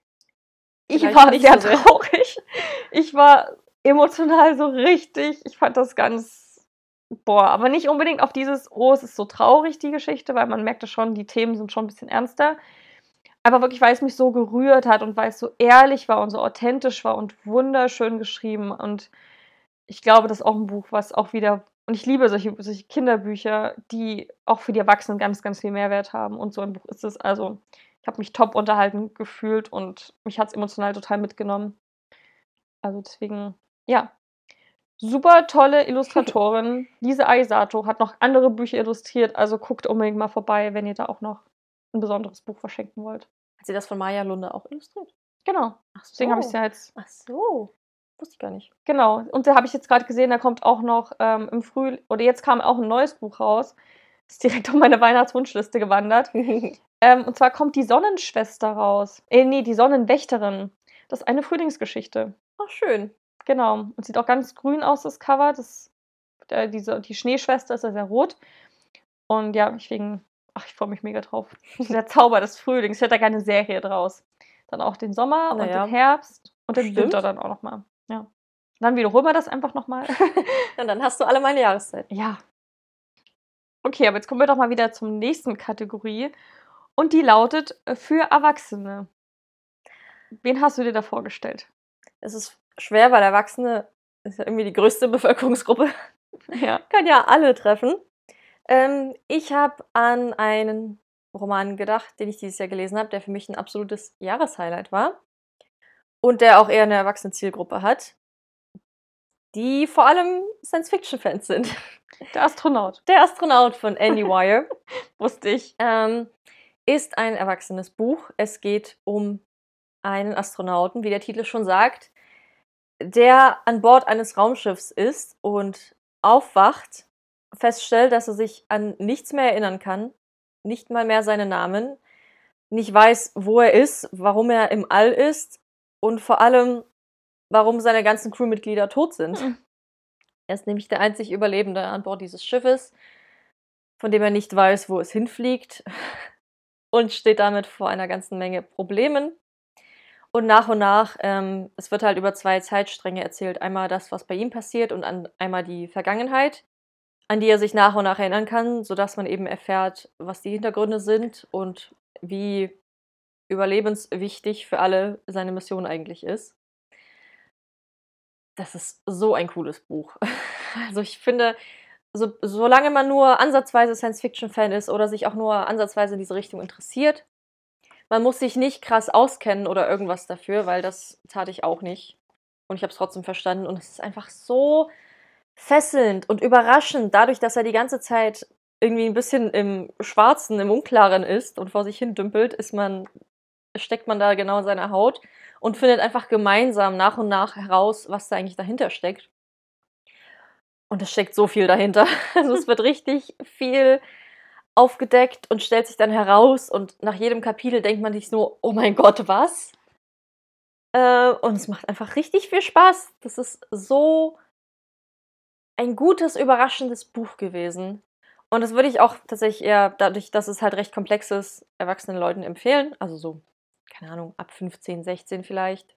Ich Vielleicht war nicht sehr so sehr. traurig. Ich war emotional so richtig ich fand das ganz boah, aber nicht unbedingt auf dieses: „Oh, es ist so traurig, die Geschichte“, weil man merkte schon, die Themen sind schon 'n bisschen ernster. Aber wirklich, weil es mich so gerührt hat und weil es so ehrlich war und so authentisch war und wunderschön geschrieben. Und ich glaube, das ist auch 'n Buch, was auch wieder und ich liebe solche Kinderbücher, die auch für die Erwachsenen ganz, ganz viel Mehrwert haben und so ein Buch ist es. Also, ich habe mich top unterhalten gefühlt und mich hat's emotional total mitgenommen. Also, deswegen, ja, super tolle Illustratorin. Lise Aisato hat noch andere Bücher illustriert, also guckt unbedingt mal vorbei, wenn ihr da auch noch 'n besonderes Buch verschenken wollt. Hat sie das von Maya Lunde auch illustriert? Genau, Ach deswegen habe ich's so. ja jetzt Ach so. Wusste ich gar nicht. genau. Und da habe ich jetzt grad gesehen, da kommt auch noch, im Frühl oder jetzt kam auch 'n neues Buch raus. Ist direkt auf meine Weihnachtswunschliste gewandert. Und zwar kommt die Sonnenschwester raus. Ne, die Sonnenwächterin. Das ist eine Frühlingsgeschichte. Ach schön. Genau. Und sieht auch ganz grün aus, das Cover. Die Schneeschwester ist ja sehr rot. Und ja, deswegen ach, ich freue mich mega drauf. Der Zauber des Frühlings. Ich hätte da gerne 'ne Serie draus. Dann auch den Sommer Na und den ja, Herbst und den Winter bestimmt. dann auch noch mal. Ja. Dann wiederholen wir das einfach noch mal. Ja, dann hast du alle meine Jahreszeiten. Ja. Okay, aber jetzt kommen wir doch mal wieder zum nächsten Kategorie und die lautet, für Erwachsene. Wen hast du dir da vorgestellt? Es ist schwer, weil Erwachsene ist ja irgendwie die größte Bevölkerungsgruppe. Ja. Kann ja alle treffen. Ich habe an einen Roman gedacht, den ich dieses Jahr gelesen habe, der für mich ein absolutes Jahreshighlight war und der auch eher 'ne Erwachsene-Zielgruppe hat, die vor allem Science-Fiction-Fans sind. Der Astronaut, Der Astronaut von Andy Weir, wusste ich. ist ein erwachsenes Buch. Es geht um einen Astronauten, wie der Titel schon sagt, der an Bord eines Raumschiffs ist und aufwacht, feststellt, dass er sich an nichts mehr erinnern kann, nicht mal mehr seinen Namen, nicht weiß, wo er ist, warum er im All ist und vor allem, warum seine ganzen Crewmitglieder tot sind. Hm. Er ist nämlich der einzig Überlebende an Bord dieses Schiffes, von dem er nicht weiß, wo es hinfliegt und steht damit vor einer ganzen Menge Problemen. Und nach, es wird halt über 2 Zeitstränge erzählt. Einmal das, was bei ihm passiert und einmal die Vergangenheit, an die er sich nach und nach erinnern kann, sodass man eben erfährt, was die Hintergründe sind und wie überlebenswichtig für alle seine Mission eigentlich ist. Das ist so ein cooles Buch. Also, ich finde, solange man nur ansatzweise Science-Fiction-Fan ist oder sich auch nur ansatzweise in diese Richtung interessiert, man muss sich nicht krass auskennen oder irgendwas dafür, weil das tat ich auch nicht. Und ich habe es trotzdem verstanden und es ist einfach so fesselnd und überraschend, dadurch, dass er die ganze Zeit irgendwie ein bisschen im Schwarzen, im Unklaren ist und vor sich hin dümpelt, steckt man da genau in seiner Haut und findet einfach gemeinsam nach und nach heraus, was da eigentlich dahinter steckt. Und es steckt so viel dahinter. Also, es wird richtig viel aufgedeckt und stellt sich dann heraus und nach jedem Kapitel denkt man sich so: „Oh mein Gott, was?“ Und es macht einfach richtig viel Spaß. Das ist so ein gutes, überraschendes Buch gewesen. Und das würde ich auch tatsächlich eher dadurch, dass es halt recht komplex ist, erwachsenen Leuten empfehlen. Also so, keine Ahnung, ab 15, 16 vielleicht.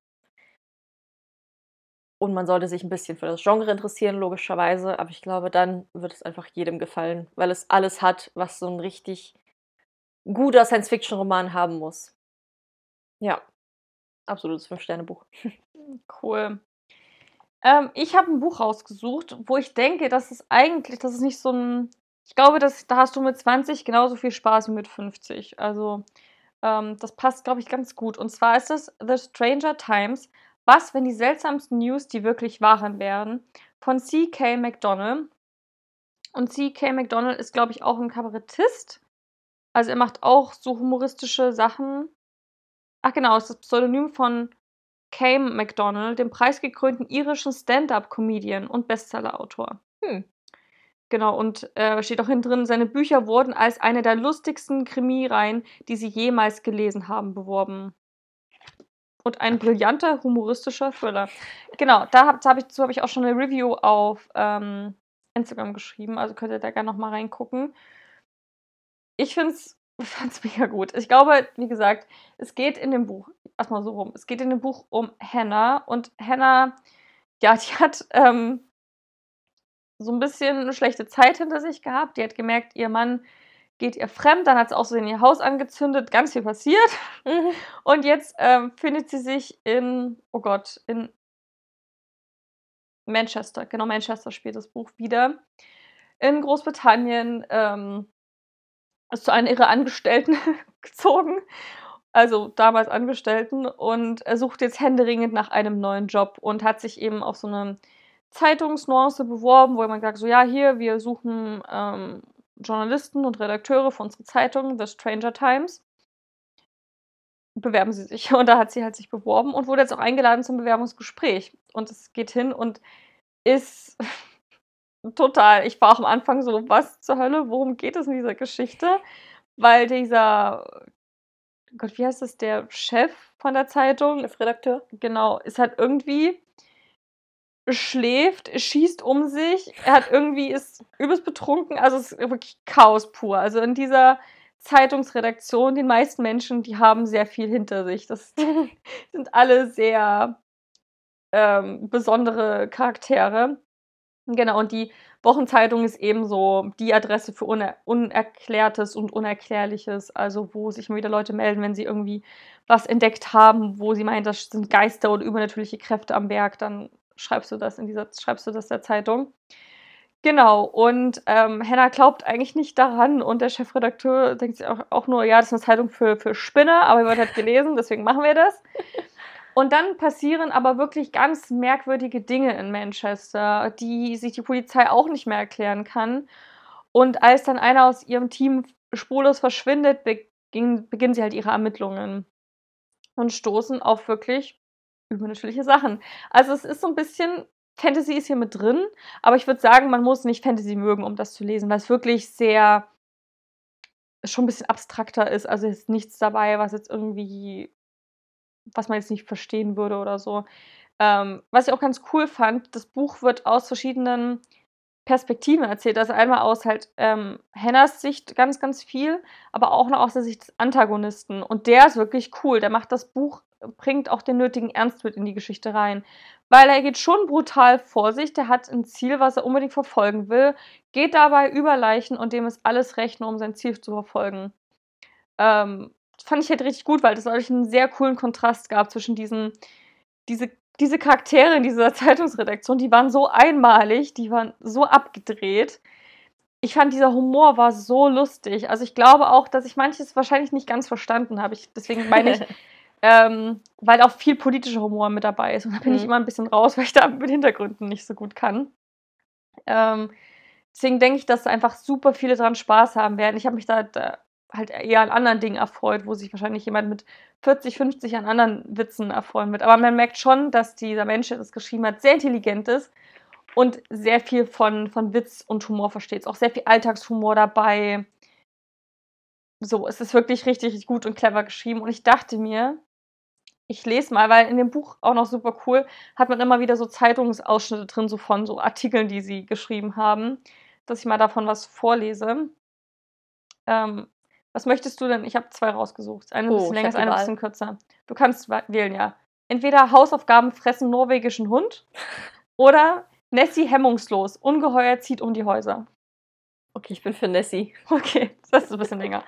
Und man sollte sich ein bisschen für das Genre interessieren, logischerweise, aber ich glaube, dann wird es einfach jedem gefallen, weil es alles hat, was so 'n richtig guter Science-Fiction-Roman haben muss. Ja, absolutes 5-Sterne-Buch. Cool. Ich habe ein Buch rausgesucht, wo ich denke, dass es nicht so ein. Ich glaube, da hast du mit 20 genauso viel Spaß wie mit 50. Also, das passt, glaube ich, ganz gut. Und zwar ist es „The Stranger Times: Was, wenn die seltsamsten News die wirklich waren wären“ von C. K. McDonald. Und C. K. McDonald ist, glaube ich, auch ein Kabarettist. Also, er macht auch so humoristische Sachen. Ach genau, es ist das Pseudonym von Kame MacDonald, dem preisgekrönten irischen Stand-up-Comedian und Bestsellerautor. Hm. Genau, und, steht auch hinten drin, seine Bücher wurden als eine der lustigsten Krimireihen, die sie jemals gelesen haben, beworben. Und ein brillanter humoristischer Thriller. Genau, dazu habe ich auch schon 'ne Review auf, Instagram geschrieben, also könnt ihr da gerne noch mal reingucken. Ich fand's mega gut. Ich glaube, wie gesagt, es geht in dem Buch erst mal so rum. Es geht in dem Buch um Hannah und Hannah, ja, die hat, so 'n bisschen 'ne schlechte Zeit hinter sich gehabt. Die hat gemerkt, ihr Mann geht ihr fremd, dann hat sie außersehen ihr Haus angezündet, ganz viel passiert. Mhm. Und jetzt, findet sie sich in oh Gott, in Manchester, genau, Manchester spielt das Buch wieder, in Großbritannien, ist zu einer ihrer Angestellten gezogen, also damals Angestellten, und sucht jetzt händeringend nach einem neuen Job und hat sich eben auf so 'ne Zeitungsnuance beworben, wo jemand sagt so: „Ja, hier, wir suchen, Journalisten und Redakteure für unsere Zeitung, The Stranger Times. Bewerben Sie sich.“ Und da hat sie halt sich beworben und wurde jetzt auch eingeladen zum Bewerbungsgespräch. Und es geht hin und ist total, ich war auch am Anfang so: „Was zur Hölle? Worum geht es in dieser Geschichte?“ Weil dieser Gott, wie heißt das, der Chef von der Zeitung, Chefredakteur? genau, ist halt irgendwie schläft, schießt um sich. Er hat irgendwie ist übelst betrunken, also, es ist wirklich Chaos pur. Also, in dieser Zeitungsredaktion, die meisten Menschen, die haben sehr viel hinter sich. Das sind alle sehr, besondere Charaktere. Genau, und die Wochenzeitung ist eben so die Adresse für Unerklärtes und Unerklärliches, also wo sich immer wieder Leute melden, wenn sie irgendwie was entdeckt haben, wo sie meinen, das sind Geister oder übernatürliche Kräfte am Werk, dann schreibst du das der Zeitung. Genau, und, Hannah glaubt eigentlich nicht daran und der Chefredakteur denkt sich auch nur: „Ja, das ist 'ne Zeitung für Spinner, aber die wird halt gelesen, deswegen machen wir das.“ Und dann passieren aber wirklich ganz merkwürdige Dinge in Manchester, die sich die Polizei auch nicht mehr erklären kann. Und als dann einer aus ihrem Team spurlos verschwindet, beginnen sie halt ihre Ermittlungen und stoßen auf wirklich übernatürliche Sachen. Also, es ist so 'n bisschen Fantasy ist hier mit drin, aber ich würde sagen, man muss nicht Fantasy mögen, um das zu lesen, weil's wirklich sehr schon 'n bisschen abstrakter ist. Also, ist nichts dabei, was man jetzt nicht verstehen würde oder so. Was ich auch ganz cool fand, das Buch wird aus verschiedenen Perspektiven erzählt. Also, einmal aus halt, Hannahs Sicht ganz, ganz viel, aber auch noch aus der Sicht des Antagonisten. Und der ist wirklich cool. Der macht das Buch bringt auch den nötigen Ernst mit in die Geschichte rein. Weil er geht schon brutal vor sich, der hat 'n Ziel, was er unbedingt verfolgen will, geht dabei über Leichen und dem ist alles recht, nur um sein Ziel zu verfolgen. Fand ich halt richtig gut, weil das dadurch 'n sehr coolen Kontrast gab zwischen diese diese Charaktere in dieser Zeitungsredaktion, die waren so einmalig, die waren so abgedreht. Ich fand, dieser Humor war so lustig. Also, ich glaube auch, dass ich manches wahrscheinlich nicht ganz verstanden habe. Deswegen meine ich, weil auch viel politischer Humor mit dabei ist. Und da bin ich Mhm. immer 'n bisschen raus, weil ich da mit Hintergründen nicht so gut kann. Ähm, Deswegen denke ich, dass einfach super viele dran Spaß haben werden. Ich habe mich da halt eher an anderen Dingen erfreut, wo sich wahrscheinlich jemand mit 40, 50 an anderen Witzen erfreuen wird. Aber man merkt schon, dass dieser Mensch, der das geschrieben hat, sehr intelligent ist und sehr viel von Witz und Humor versteht. Ist auch sehr viel Alltagshumor dabei. So, es ist wirklich richtig, richtig gut und clever geschrieben. Und ich dachte mir, ich lese mal, weil in dem Buch auch noch super cool, hat man immer wieder so Zeitungsausschnitte drin, so von so Artikeln, die sie geschrieben haben, dass ich mal davon was vorlese. Ähm, Was möchtest du denn? Ich habe 2 rausgesucht. Eine 'n Oh, bisschen ich länger, habe ist die eine 'n Wahl. bisschen kürzer. Du kannst wählen, ja. Entweder Hausaufgaben fressen norwegischen Hund oder Nessie hemmungslos, Ungeheuer zieht um die Häuser. Okay, ich bin für Nessie. Okay, das ist 'n bisschen länger.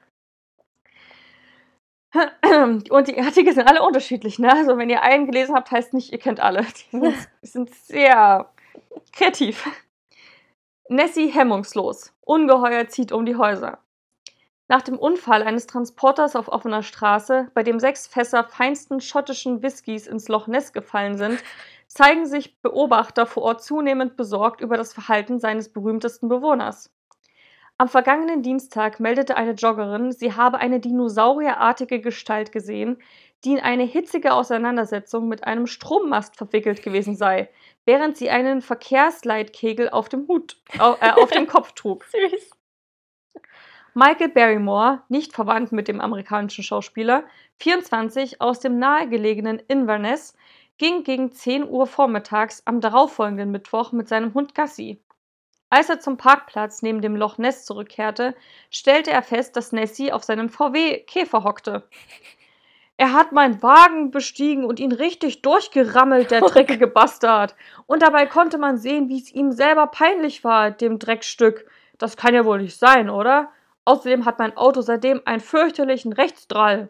Und die Artikel sind alle unterschiedlich, ne? Also, wenn ihr einen gelesen habt, heißt nicht, ihr kennt alle. Die sind sehr kreativ. Nessie hemmungslos, Ungeheuer zieht um die Häuser. Nach dem Unfall eines Transporters auf offener Straße, bei dem 6 Fässer feinsten schottischen Whiskys ins Loch Ness gefallen sind, zeigen sich Beobachter vor Ort zunehmend besorgt über das Verhalten seines berühmtesten Bewohners. Am vergangenen Dienstag meldete eine Joggerin, sie habe eine dinosaurierartige Gestalt gesehen, die in eine hitzige Auseinandersetzung mit einem Strommast verwickelt gewesen sei, während sie einen Verkehrsleitkegel auf dem Kopf trug. Süß. Michael Barrymore, nicht verwandt mit dem amerikanischen Schauspieler, 24, aus dem nahegelegenen Inverness, ging gegen 10 Uhr vormittags am darauffolgenden Mittwoch mit seinem Hund Gassi. Als er zum Parkplatz neben dem Loch Ness zurückkehrte, stellte er fest, dass Nessie auf seinem VW Käfer hockte. „Er hat meinen Wagen bestiegen und ihn richtig durchgerammelt, der dreckige Bastard. Und dabei konnte man sehen, wie es ihm selber peinlich war, dem Dreckstück. Das kann ja wohl nicht sein, oder? Außerdem hat mein Auto seitdem einen fürchterlichen Rechtsdrall.“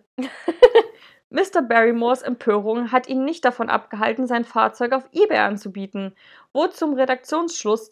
Mr. Barrymores Empörung hat ihn nicht davon abgehalten, sein Fahrzeug auf eBay anzubieten, wo zum Redaktionsschluss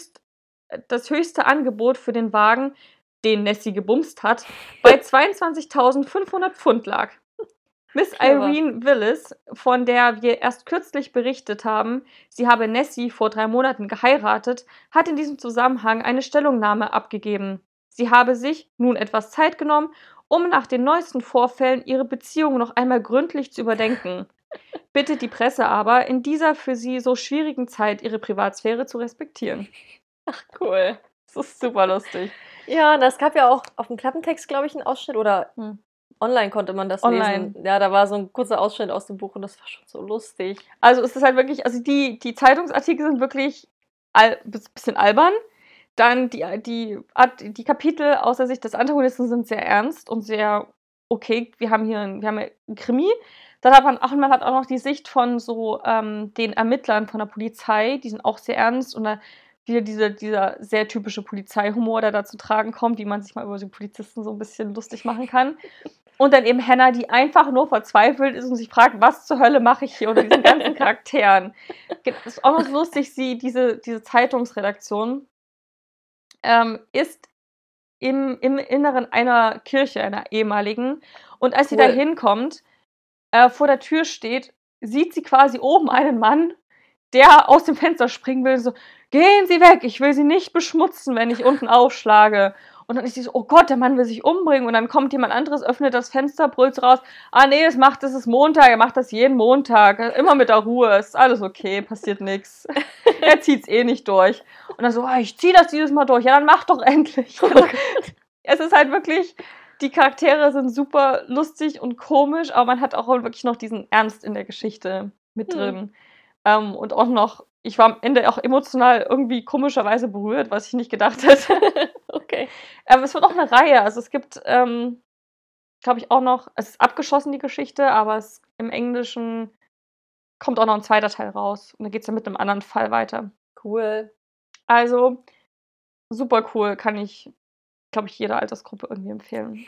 das höchste Angebot für den Wagen, den Nessie gebumst hat, bei 22.500 Pfund lag. Miss Clever. Irene Willis, von der wir erst kürzlich berichtet haben, sie habe Nessie vor 3 Monaten geheiratet, hat in diesem Zusammenhang eine Stellungnahme abgegeben. Sie habe sich nun etwas Zeit genommen, um nach den neuesten Vorfällen ihre Beziehung noch einmal gründlich zu überdenken. Bittet die Presse aber, in dieser für sie so schwierigen Zeit ihre Privatsphäre zu respektieren. Cool. Das ist super lustig. Ja, und es gab ja auch auf dem Klappentext, glaube ich, 'n Ausschnitt oder Hm. online konnte man das Online. lesen. Ja, da war so 'n kurzer Ausschnitt aus dem Buch und das war schon so lustig. Also, es ist halt wirklich, also, die Zeitungsartikel sind wirklich bisschen albern. Dann die Kapitel aus der Sicht des Antagonisten sind sehr ernst und sehr okay. Wir haben hier 'n Krimi. Dann hat man hat auch noch die Sicht von so, den Ermittlern von der Polizei, die sind auch sehr ernst und da wieder dieser sehr typische Polizeihumor, der da zu tragen kommt, wie man sich mal über die Polizisten so ein bisschen lustig machen kann. Und dann eben Hannah, die einfach nur verzweifelt ist und sich fragt: „Was zur Hölle mache ich hier?“ unter diesen ganzen Charakteren. Ist auch noch so lustig, diese Zeitungsredaktion, ist im Inneren einer Kirche, einer ehemaligen. Und als sie da Cool. hinkommt, vor der Tür steht, sieht sie quasi oben einen Mann, der aus dem Fenster springen will, so: „Gehen Sie weg, ich will Sie nicht beschmutzen, wenn ich unten aufschlage.“ Und dann ist sie so: „Oh Gott, der Mann will sich umbringen.“ Und dann kommt jemand anderes, öffnet das Fenster, brüllt so raus: „Ah ne, das ist Montag, er macht das jeden Montag, immer mit der Ruhe, ist alles okay, passiert nix. Er zieht's eh nicht durch.“ Und dann so: „Ah, ich ziehe das dieses Mal durch.“ „Ja, dann mach doch endlich.“ Also, es ist halt wirklich, die Charaktere sind super lustig und komisch, aber man hat auch wirklich noch diesen Ernst in der Geschichte mit Hm. drin. Und auch noch, ich war am Ende auch emotional irgendwie komischerweise berührt, was ich nicht gedacht hätte. Okay. Es wird auch eine Reihe. Also, es gibt, glaube ich, auch noch, es ist abgeschlossen, die Geschichte, aber es im Englischen kommt auch noch ein zweiter Teil raus und dann geht's dann mit einem anderen Fall weiter. Cool. Also, super cool, kann ich, glaube ich, jeder Altersgruppe irgendwie empfehlen.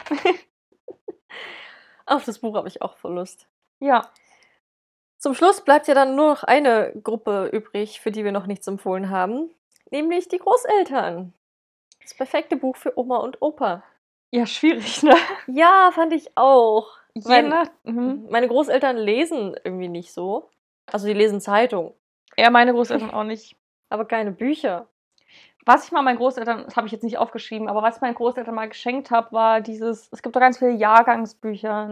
Auf das Buch habe ich auch voll Lust. Ja. Zum Schluss bleibt ja dann nur noch eine Gruppe übrig, für die wir noch nichts empfohlen haben, nämlich die Großeltern. Das perfekte Buch für Oma und Opa. Ja, schwierig, ne? Ja, fand ich auch. Je nach Meine Großeltern lesen irgendwie nicht so. Also, die lesen Zeitung, ja, meine Großeltern auch nicht. aber keine Bücher. Was ich mal meinen Großeltern, das habe ich jetzt nicht aufgeschrieben, aber was ich meinen Großeltern mal geschenkt habe, war dieses, es gibt doch ganz viele Jahrgangsbücher,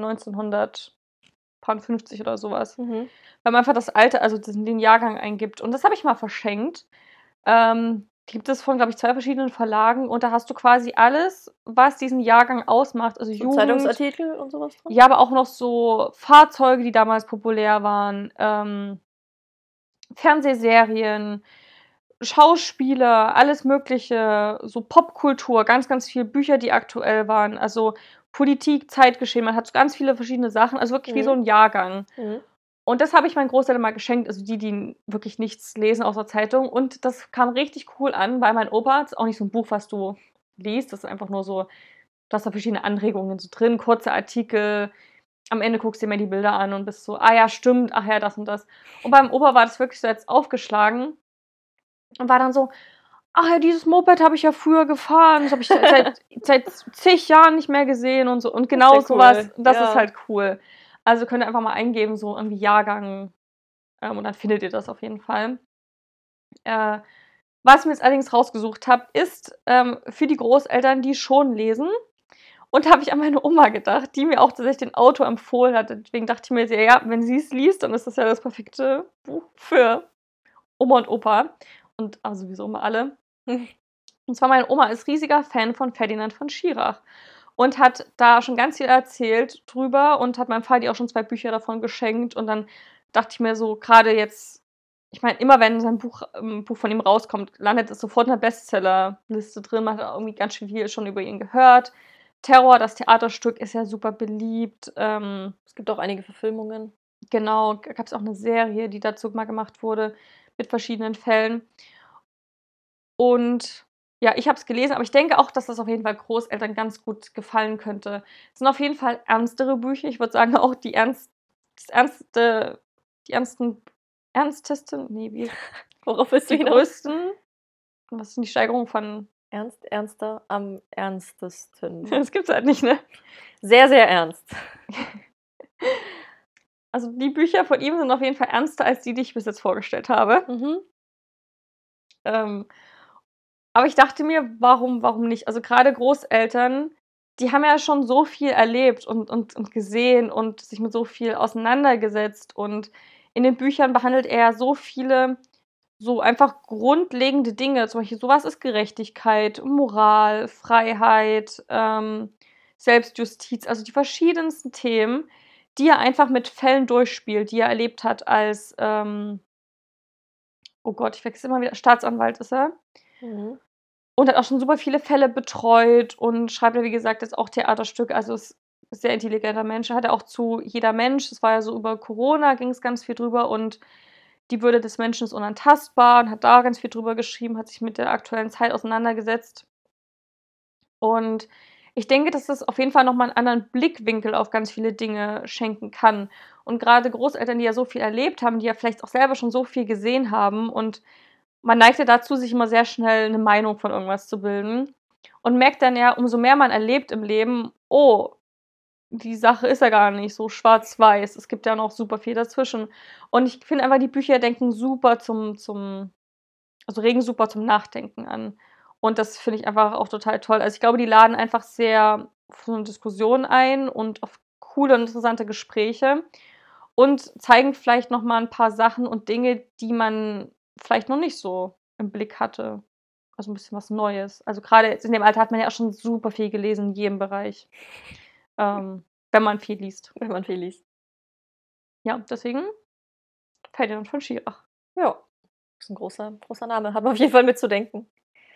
1950 oder sowas. Mhm. Weil man einfach das Alter, also den Jahrgang eingibt. Und das habe ich mal verschenkt. Gibt es von, glaube ich, 2 verschiedenen Verlagen und da hast du quasi alles, was diesen Jahrgang ausmacht. Also So Jugend, Zeitungsartikel und sowas drin? ja, aber auch noch so Fahrzeuge, die damals populär waren, Fernsehserien, Schauspieler, alles Mögliche, so Popkultur, ganz, ganz viel Bücher, die aktuell waren, also Politik, Zeitgeschehen. Man hat so ganz viele verschiedene Sachen, also wirklich wie so Mhm. 'n Jahrgang. Mhm. Und das habe ich meinen Großeltern mal geschenkt, also die wirklich nichts lesen außer Zeitung. Und das kam richtig cool an, weil mein Opa, ist auch nicht so 'n Buch, was du liest, das ist einfach nur so, du hast da verschiedene Anregungen so drin, kurze Artikel. Am Ende guckst du dir mal die Bilder an und bist so: „Ah ja, stimmt, ach ja, das und das.“ Und beim Opa war das wirklich so jetzt aufgeschlagen und war dann so: „Ach ja, dieses Moped habe ich ja früher gefahren, das habe ich seit zig Jahren nicht mehr gesehen“ und so. Und Das ist genau ja so was, cool. das ist Ja. halt cool. Also, könnt ihr einfach mal eingeben, so irgendwie Jahrgang, und dann findet ihr das auf jeden Fall. Äh, Was ich mir jetzt allerdings rausgesucht habe, ist, für die Großeltern, die schon lesen. Und da habe ich an meine Oma gedacht, die mir auch tatsächlich den Autor empfohlen hat. Deswegen dachte ich mir so: „Ja, wenn sie's liest, dann ist das ja das perfekte Buch für Oma und Opa“ und also sowieso immer alle. Und zwar meine Oma ist riesiger Fan von Ferdinand von Schirach und hat da schon ganz viel erzählt drüber und hat meinem Vati auch schon 2 Bücher davon geschenkt. Und dann dachte ich mir so, grade jetzt, ich meine, immer wenn sein Buch von ihm rauskommt, landet es sofort in der Bestsellerliste drin. Man hat irgendwie ganz schön viel schon über ihn gehört. Terror, das Theaterstück, ist ja super beliebt. Es gibt auch einige Verfilmungen. Genau, gab's auch 'ne Serie, die dazu mal gemacht wurde mit verschiedenen Fällen. Und ja, ich habe es gelesen, aber ich denke auch, dass das auf jeden Fall Großeltern ganz gut gefallen könnte. Es sind auf jeden Fall ernstere Bücher. Ich würde sagen, auch das ernste die ernstesten, ne, wie Worauf willst du die hinaus? größten, was sind die Steigerung von Ernster, am ernstesten. das gibt's halt nicht, ne? Sehr, sehr ernst. Also, die Bücher von ihm sind auf jeden Fall ernster als die ich bis jetzt vorgestellt habe. Mhm. Ähm, aber ich dachte mir: „Warum nicht?“ Also, grade Großeltern, die haben ja schon so viel erlebt und gesehen und sich mit so viel auseinandergesetzt. Und in den Büchern behandelt er ja so viele so einfach grundlegende Dinge. Zum Beispiel so was ist Gerechtigkeit, Moral, Freiheit, Selbstjustiz, also die verschiedensten Themen, die er einfach mit Fällen durchspielt, die er erlebt hat als, oh Gott, ich vergesse immer wieder, Staatsanwalt ist er. Mhm. Und hat auch schon super viele Fälle betreut und schreibt ja, wie gesagt, jetzt auch Theaterstücke. Also, es sehr intelligenter Mensch. Er hatte auch zu Jeder Mensch, das war ja so über Corona, ging es ganz viel drüber und die Würde des Menschen ist unantastbar und hat da ganz viel drüber geschrieben, hat sich mit der aktuellen Zeit auseinandergesetzt. Und ich denke, dass das auf jeden Fall noch mal 'n anderen Blickwinkel auf ganz viele Dinge schenken kann. Und grade Großeltern, die ja so viel erlebt haben, die ja vielleicht auch selber schon so viel gesehen haben und man neigt ja dazu, sich immer sehr schnell 'ne Meinung von irgendwas zu bilden und merkt dann ja, umso mehr man erlebt im Leben: „Oh, die Sache ist ja gar nicht so schwarz-weiß. Es gibt ja noch super viel dazwischen.“ Und ich finde einfach, die Bücher denken super zum also, regen super zum Nachdenken an. Und das finde ich einfach auch total toll. Also, ich glaube, die laden einfach sehr auf so 'ne Diskussion ein und auf coole und interessante Gespräche und zeigen vielleicht noch mal 'n paar Sachen und Dinge, die man vielleicht noch nicht so im Blick hatte. Also, 'n bisschen was Neues. Also, grade jetzt in dem Alter hat man ja auch schon super viel gelesen in jedem Bereich, wenn man viel liest. Wenn man viel liest. Ja, deswegen Ferdinand von Schirach. Ja, ist 'n großer Name, hat man auf jeden Fall mitzudenken.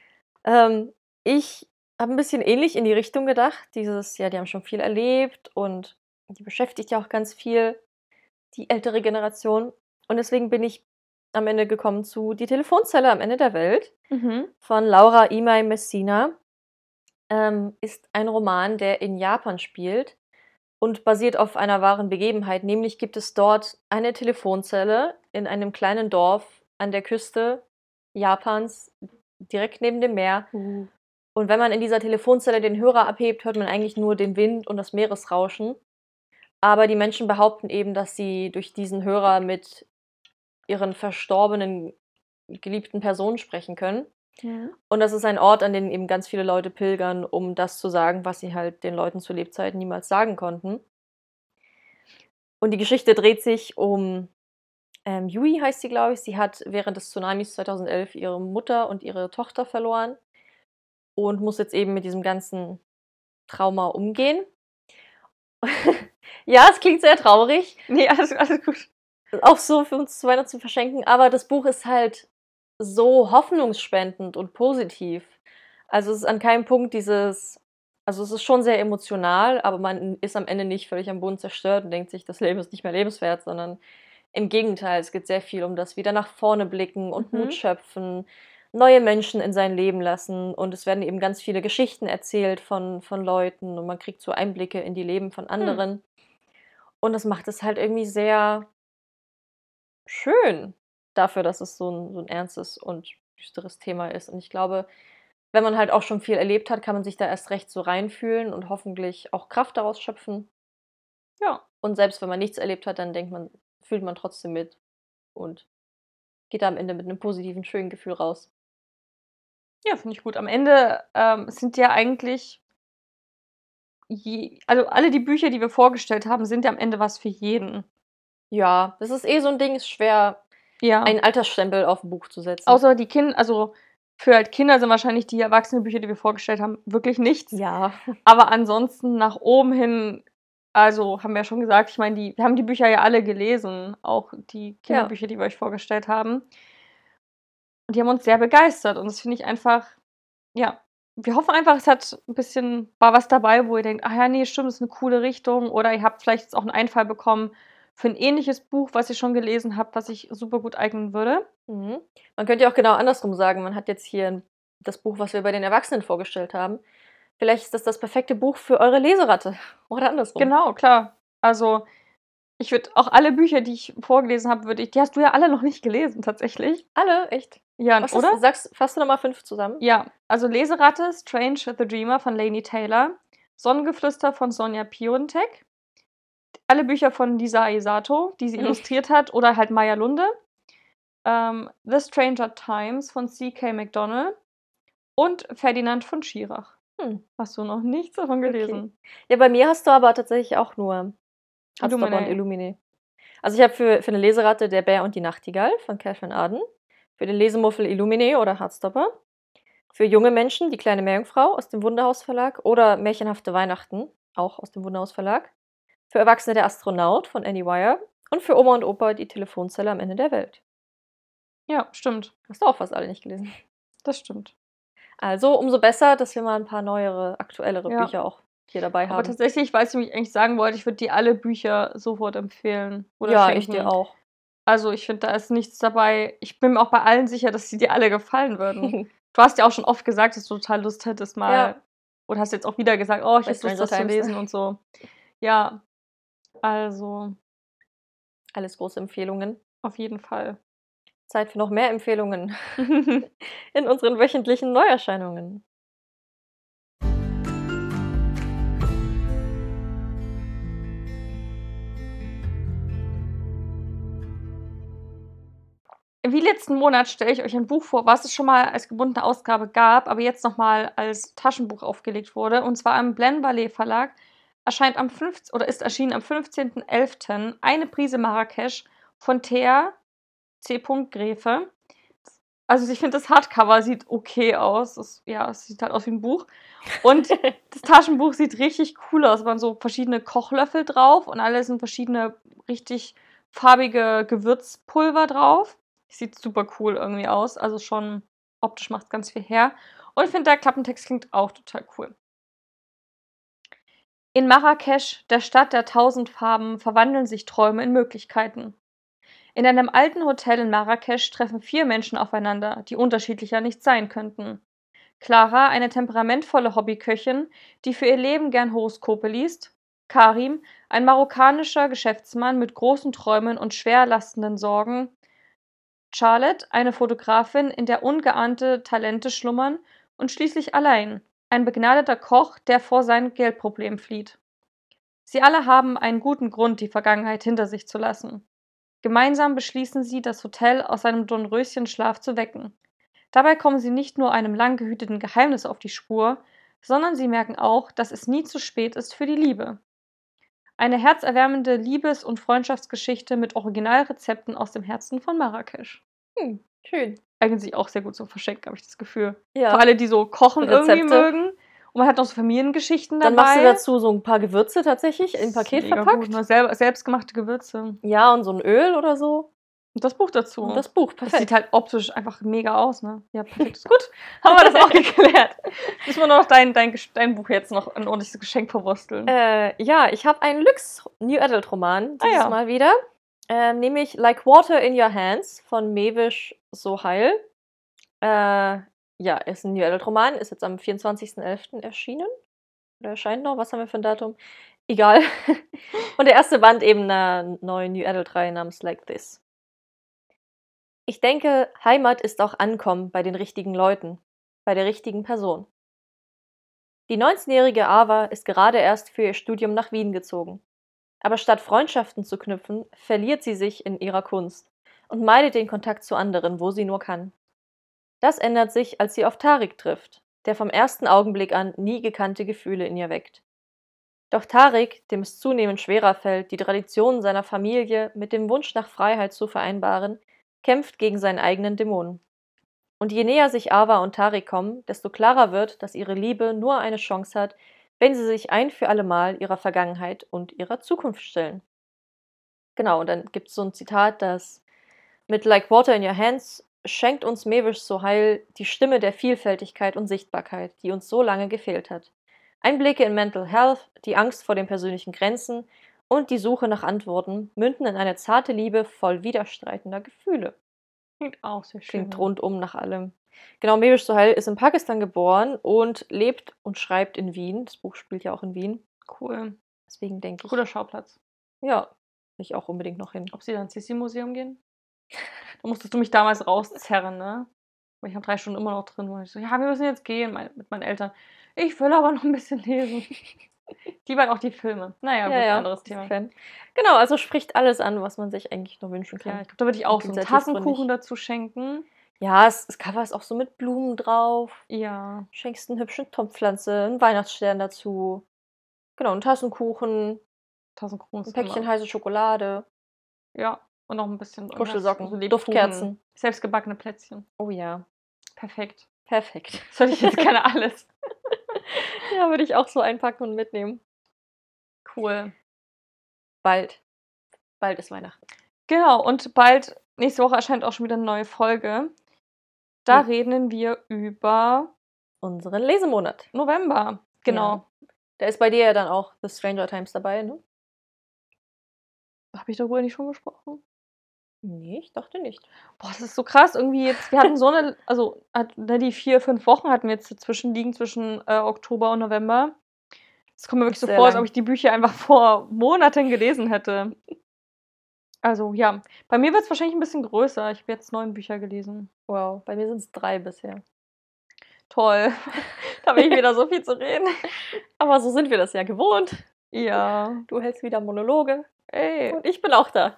Ich habe 'n bisschen ähnlich in die Richtung gedacht, dieses ja, die haben schon viel erlebt und die beschäftigt ja auch ganz viel, die ältere Generation. Und deswegen bin ich am Ende gekommen zu „Die Telefonzelle am Ende der Welt“ Mhm. von Laura Imai Messina. Ist ein Roman, der in Japan spielt und basiert auf einer wahren Begebenheit. Nämlich gibt es dort eine Telefonzelle in einem kleinen Dorf an der Küste Japans, direkt neben dem Meer. Uh. Und wenn man in dieser Telefonzelle den Hörer abhebt, hört man eigentlich nur den Wind und das Meeresrauschen. Aber die Menschen behaupten eben, dass sie durch diesen Hörer mit ihren verstorbenen geliebten Personen sprechen können. Mhm. Und das ist ein Ort, an den eben ganz viele Leute pilgern, um das zu sagen, was sie halt den Leuten zu Lebzeiten niemals sagen konnten. Und die Geschichte dreht sich um, Yui heißt sie, glaube ich. Sie hat während des Tsunamis 2011 ihre Mutter und ihre Tochter verloren und muss jetzt eben mit diesem ganzen Trauma umgehen. Ja, es klingt sehr traurig. Ne, alles gut. Auch so für uns zu Weihnachten zu verschenken, aber das Buch ist halt so hoffnungsspendend und positiv. Also, es ist an keinem Punkt dieses also, es ist schon sehr emotional, aber man ist am Ende nicht völlig am Boden zerstört und denkt sich, das Leben ist nicht mehr lebenswert, sondern im Gegenteil, es geht sehr viel um das wieder nach vorne blicken und Mut Mhm. schöpfen, neue Menschen in sein Leben lassen und es werden eben ganz viele Geschichten erzählt von Leuten und man kriegt so Einblicke in die Leben von Hm. anderen. Und das macht es halt irgendwie sehr schön dafür, dass es so 'n ernstes und düsteres Thema ist. Und ich glaube, wenn man halt auch schon viel erlebt hat, kann man sich da erst recht so reinfühlen und hoffentlich auch Kraft daraus schöpfen. Ja. Und selbst wenn man nichts erlebt hat, dann denkt man fühlt man trotzdem mit und geht da am Ende mit 'nem positiven, schönen Gefühl raus. Ja, finde ich gut. Am Ende, sind ja eigentlich also alle die Bücher, die wir vorgestellt haben, sind ja am Ende was für jeden. Ja, das ist eh so 'n Ding, ist schwer, Ja. einen Altersstempel auf 'n Buch zu setzen. Außer die also für halt Kinder sind wahrscheinlich die Erwachsenenbücher, die wir vorgestellt haben, wirklich nichts. Ja. Aber ansonsten nach oben hin also, haben wir ja schon gesagt, ich meine, wir haben die Bücher ja alle gelesen, auch die Ja. Kinderbücher, die wir euch vorgestellt haben. Und die haben uns sehr begeistert und das finde ich einfach ja, wir hoffen einfach, es hat 'n bisschen war was dabei, wo ihr denkt: „Ach ja, ne, stimmt, das ist 'ne coole Richtung.“ Oder ihr habt vielleicht jetzt auch 'n Einfall bekommen für 'n ähnliches Buch, was ihr schon gelesen habt, was sich super gut eignen würde. Mhm. Man könnte ja auch genau andersrum sagen, man hat jetzt hier das Buch, was wir bei den Erwachsenen vorgestellt haben. Vielleicht ist das das perfekte Buch für eure Leseratte oder andersrum. Genau, klar. Also, ich würde auch alle Bücher, die ich vorgelesen habe, die hast du ja alle noch nicht gelesen tatsächlich. Alle? Echt? Ja, Was ist oder? fasst du noch mal 5 zusammen? Ja, also Leseratte, Strange the Dreamer von Laini Taylor, Sonnengeflüster von Sonja Piontek, alle Bücher von Lisa Aisato, die sie illustriert hat, oder halt Maya Lunde, The Stranger Times von C.K. Macdonald und Ferdinand von Schirach. Hm. Hast du noch nichts davon Okay. gelesen? Ja, bei mir hast du aber tatsächlich auch nur Hardstopper und Illuminae. Illumine. Also, ich habe für 'ne Leseratte Der Bär und die Nachtigall von Catherine Arden, für den Lesemuffel Illumine oder Hardstopper, für junge Menschen Die kleine Meerjungfrau aus dem Wunderhaus Verlag oder Märchenhafte Weihnachten, auch aus dem Wunderhaus Verlag, für Erwachsene Der Astronaut von Annie Weir und für Oma und Opa Die Telefonzelle am Ende der Welt. Ja, stimmt. Hast du auch fast alle nicht gelesen. Das stimmt. Also, umso besser, dass wir mal 'n paar neuere, aktuellere Ja. Bücher auch hier dabei Aber haben. tatsächlich, was ich eigentlich sagen wollte, ich würde dir alle Bücher sofort empfehlen oder Ja, ich dir schenken. auch. Also, ich finde, da ist nichts dabei. Ich bin mir auch bei allen sicher, dass sie dir alle gefallen würden. Du hast ja auch schon oft gesagt, dass du total Lust hättest Ja, mal oder hast jetzt auch wieder gesagt: „Oh, ich bei hätte Lust, Stranger das zu Times. lesen“ und so. Ja, also, Alles große Empfehlungen. auf jeden Fall. Zeit für noch mehr Empfehlungen in unseren wöchentlichen Neuerscheinungen. Wie letzten Monat stelle ich euch ein Buch vor, was es schon mal als gebundene Ausgabe gab, aber jetzt noch mal als Taschenbuch aufgelegt wurde. Und zwar im Blenballet Verlag. Erscheint am 15. oder ist erschienen am 15.11. Eine Prise Marrakesch von Thea C. Gräfe. Also, ich finde, das Hardcover sieht okay aus. Es sieht halt aus wie ein Buch. Und das Taschenbuch sieht richtig cool aus. Es waren so verschiedene Kochlöffel drauf und alle sind verschiedene richtig farbige Gewürzpulver drauf. Sieht super cool irgendwie aus. Also, schon optisch macht's ganz viel her. Und ich finde, der Klappentext klingt auch total cool. In Marrakesch, der Stadt der 1000 Farben, verwandeln sich Träume in Möglichkeiten. In einem alten Hotel in Marrakesch treffen 4 Menschen aufeinander, die unterschiedlicher nicht sein könnten. Clara, eine temperamentvolle Hobbyköchin, die für ihr Leben gern Horoskope liest. Karim, ein marokkanischer Geschäftsmann mit großen Träumen und schwer lastenden Sorgen. Charlotte, eine Fotografin, in der ungeahnte Talente schlummern. Und schließlich Alain, ein begnadeter Koch, der vor seinen Geldproblemen flieht. Sie alle haben einen guten Grund, die Vergangenheit hinter sich zu lassen. Gemeinsam beschließen sie, das Hotel aus seinem Dornröschenschlaf zu wecken. Dabei kommen sie nicht nur einem lang gehüteten Geheimnis auf die Spur, sondern sie merken auch, dass es nie zu spät ist für die Liebe. Eine herzerwärmende Liebes- und Freundschaftsgeschichte mit Originalrezepten aus dem Herzen von Marrakesch. Schön. Eignet sich auch sehr gut zum Verschenken, habe ich das Gefühl. Für Ja, alle, die so Kochen irgendwie Rezepte. mögen. Und man hat noch so Familiengeschichten Dann machst du dabei. dazu so ein paar Gewürze tatsächlich in 'n Paket Mega verpackt. gut, ne? Selbstgemachte Gewürze. Ja, und so 'n Öl oder so. Und das Buch dazu. Und das Buch, Das sieht perfekt. halt optisch einfach mega aus, ne? Ja, perfekt. Ist gut. Haben wir das auch geklärt. Müssen wir nur noch dein Buch jetzt noch ein ordentliches Geschenk verwursteln. Ja, ich habe einen Lux New Adult Roman dieses ja. Mal wieder, nämlich Like Water in Your Hands von Mewish Sohail. Ja, ist 'n New Adult Roman, ist jetzt am 24.11. erschienen. Oder erscheint noch? Was haben wir für 'n Datum? Egal. Und der erste Band eben 'ner neuen New Adult Reihe namens Like This. Ich denke, Heimat ist auch Ankommen bei den richtigen Leuten, bei der richtigen Person. Die 19-jährige Ava ist gerade erst für ihr Studium nach Wien gezogen. Aber statt Freundschaften zu knüpfen, verliert sie sich in ihrer Kunst und meidet den Kontakt zu anderen, wo sie nur kann. Das ändert sich, als sie auf Tarik trifft, der vom ersten Augenblick an nie gekannte Gefühle in ihr weckt. Doch Tarik, dem es zunehmend schwerer fällt, die Traditionen seiner Familie mit dem Wunsch nach Freiheit zu vereinbaren, kämpft gegen seinen eigenen Dämonen. Und je näher sich Ava und Tarik kommen, desto klarer wird, dass ihre Liebe nur eine Chance hat, wenn sie sich ein für allemal ihrer Vergangenheit und ihrer Zukunft stellen. Genau, und dann gibt es so ein Zitat, das mit Like Water in Your Hands schenkt uns Mewish Sohail die Stimme der Vielfältigkeit und Sichtbarkeit, die uns so lange gefehlt hat. Einblicke in Mental Health, die Angst vor den persönlichen Grenzen und die Suche nach Antworten münden in eine zarte Liebe voll widerstreitender Gefühle. Klingt auch sehr schön. Klingt rundum nach allem. Genau, Mewish Sohail ist in Pakistan geboren und lebt und schreibt in Wien. Das Buch spielt ja auch in Wien. Cool. Deswegen denke ich, Cooler Schauplatz. ja, will ich auch unbedingt noch hin. Ob sie dann ins Sissi-Museum gehen? Da musstest du mich damals rauszerren, ne? Weil ich habe 3 Stunden immer noch drin. Und ich so: „Ja, wir müssen jetzt gehen“, mit meinen Eltern. „Ich will aber noch ein bisschen lesen.“ Die waren auch die Filme. Na ja, gut, anderes Thema. Fan. Genau, also spricht alles an, was man sich eigentlich nur wünschen kann. Ja, ich glaube, da würde ich auch so 'n Gegenseitig Tassenkuchen fröhlich. dazu schenken. Ja, das Cover ist auch so mit Blumen drauf. Ja, Schenkst 'n hübschen Topfpflanze, 'n Weihnachtsstern dazu. Genau, 'n Tassenkuchen, Tassenkuchen 'n ist Päckchen immer heiße Schokolade, ja, und noch 'n bisschen irgendwas, Kuschelsocken, so Lebkuchen, Duftkerzen. selbstgebackene Plätzchen. Oh ja, Perfekt. perfekt. Das hätte ich jetzt gerne alles. Ja, würde ich auch so einpacken und mitnehmen. Cool. Bald. Bald ist Weihnachten. Genau, und bald nächste Woche erscheint auch schon wieder 'ne neue Folge. Da Ja. reden wir über Unseren Lesemonat. November. Genau. Da ist bei dir ja dann auch The Stranger Times dabei, ne? Habe ich darüber nicht schon gesprochen? Ne, ich dachte nicht. Boah, das ist so krass irgendwie jetzt wir hatten so 'ne also, die 4, 5 Wochen hatten wir jetzt dazwischen liegen, zwischen, Oktober und November. Es kommt mir Das wirklich ist so sehr vor, als ob lang. ich die Bücher einfach vor Monaten gelesen hätte. Also, ja, bei mir wird's wahrscheinlich 'n bisschen größer. Ich habe jetzt 9 Bücher gelesen. Wow, bei mir sind's 3 bisher. Toll. Da habe ich wieder so viel zu reden. Aber so sind wir das ja gewohnt. Ja. Du hältst wieder Monologe Ey. und ich bin auch da.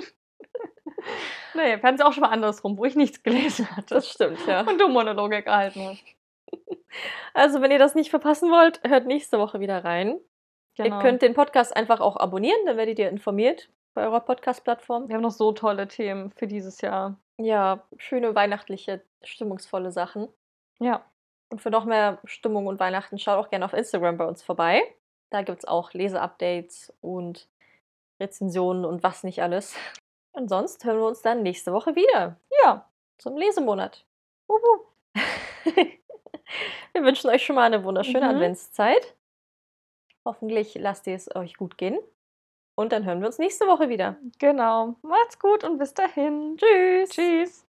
Ne, wir hatten's auch schon mal andersrum, wo ich nichts gelesen hatte Das stimmt, ja. und du Monologe gehalten hast. Also, wenn ihr das nicht verpassen wollt, hört nächste Woche wieder rein. Ihr Genau. könnt den Podcast einfach auch abonnieren, dann werdet ihr informiert bei eurer Podcast-Plattform. Wir haben noch so tolle Themen für dieses Jahr. Ja, schöne weihnachtliche, stimmungsvolle Sachen. Ja. Und für noch mehr Stimmung und Weihnachten schaut auch gerne auf Instagram bei uns vorbei. Da gibt's auch Leseupdates und Rezensionen und was nicht alles. Und sonst hören wir uns dann nächste Woche wieder Ja. zum Lesemonat. Wup, wup. Wir wünschen euch schon mal eine wunderschöne Mhm. Adventszeit. Hoffentlich lasst ihr es euch gut gehen. Und dann hören wir uns nächste Woche wieder. Genau. Macht's gut und bis dahin. Tschüss. Tschüss.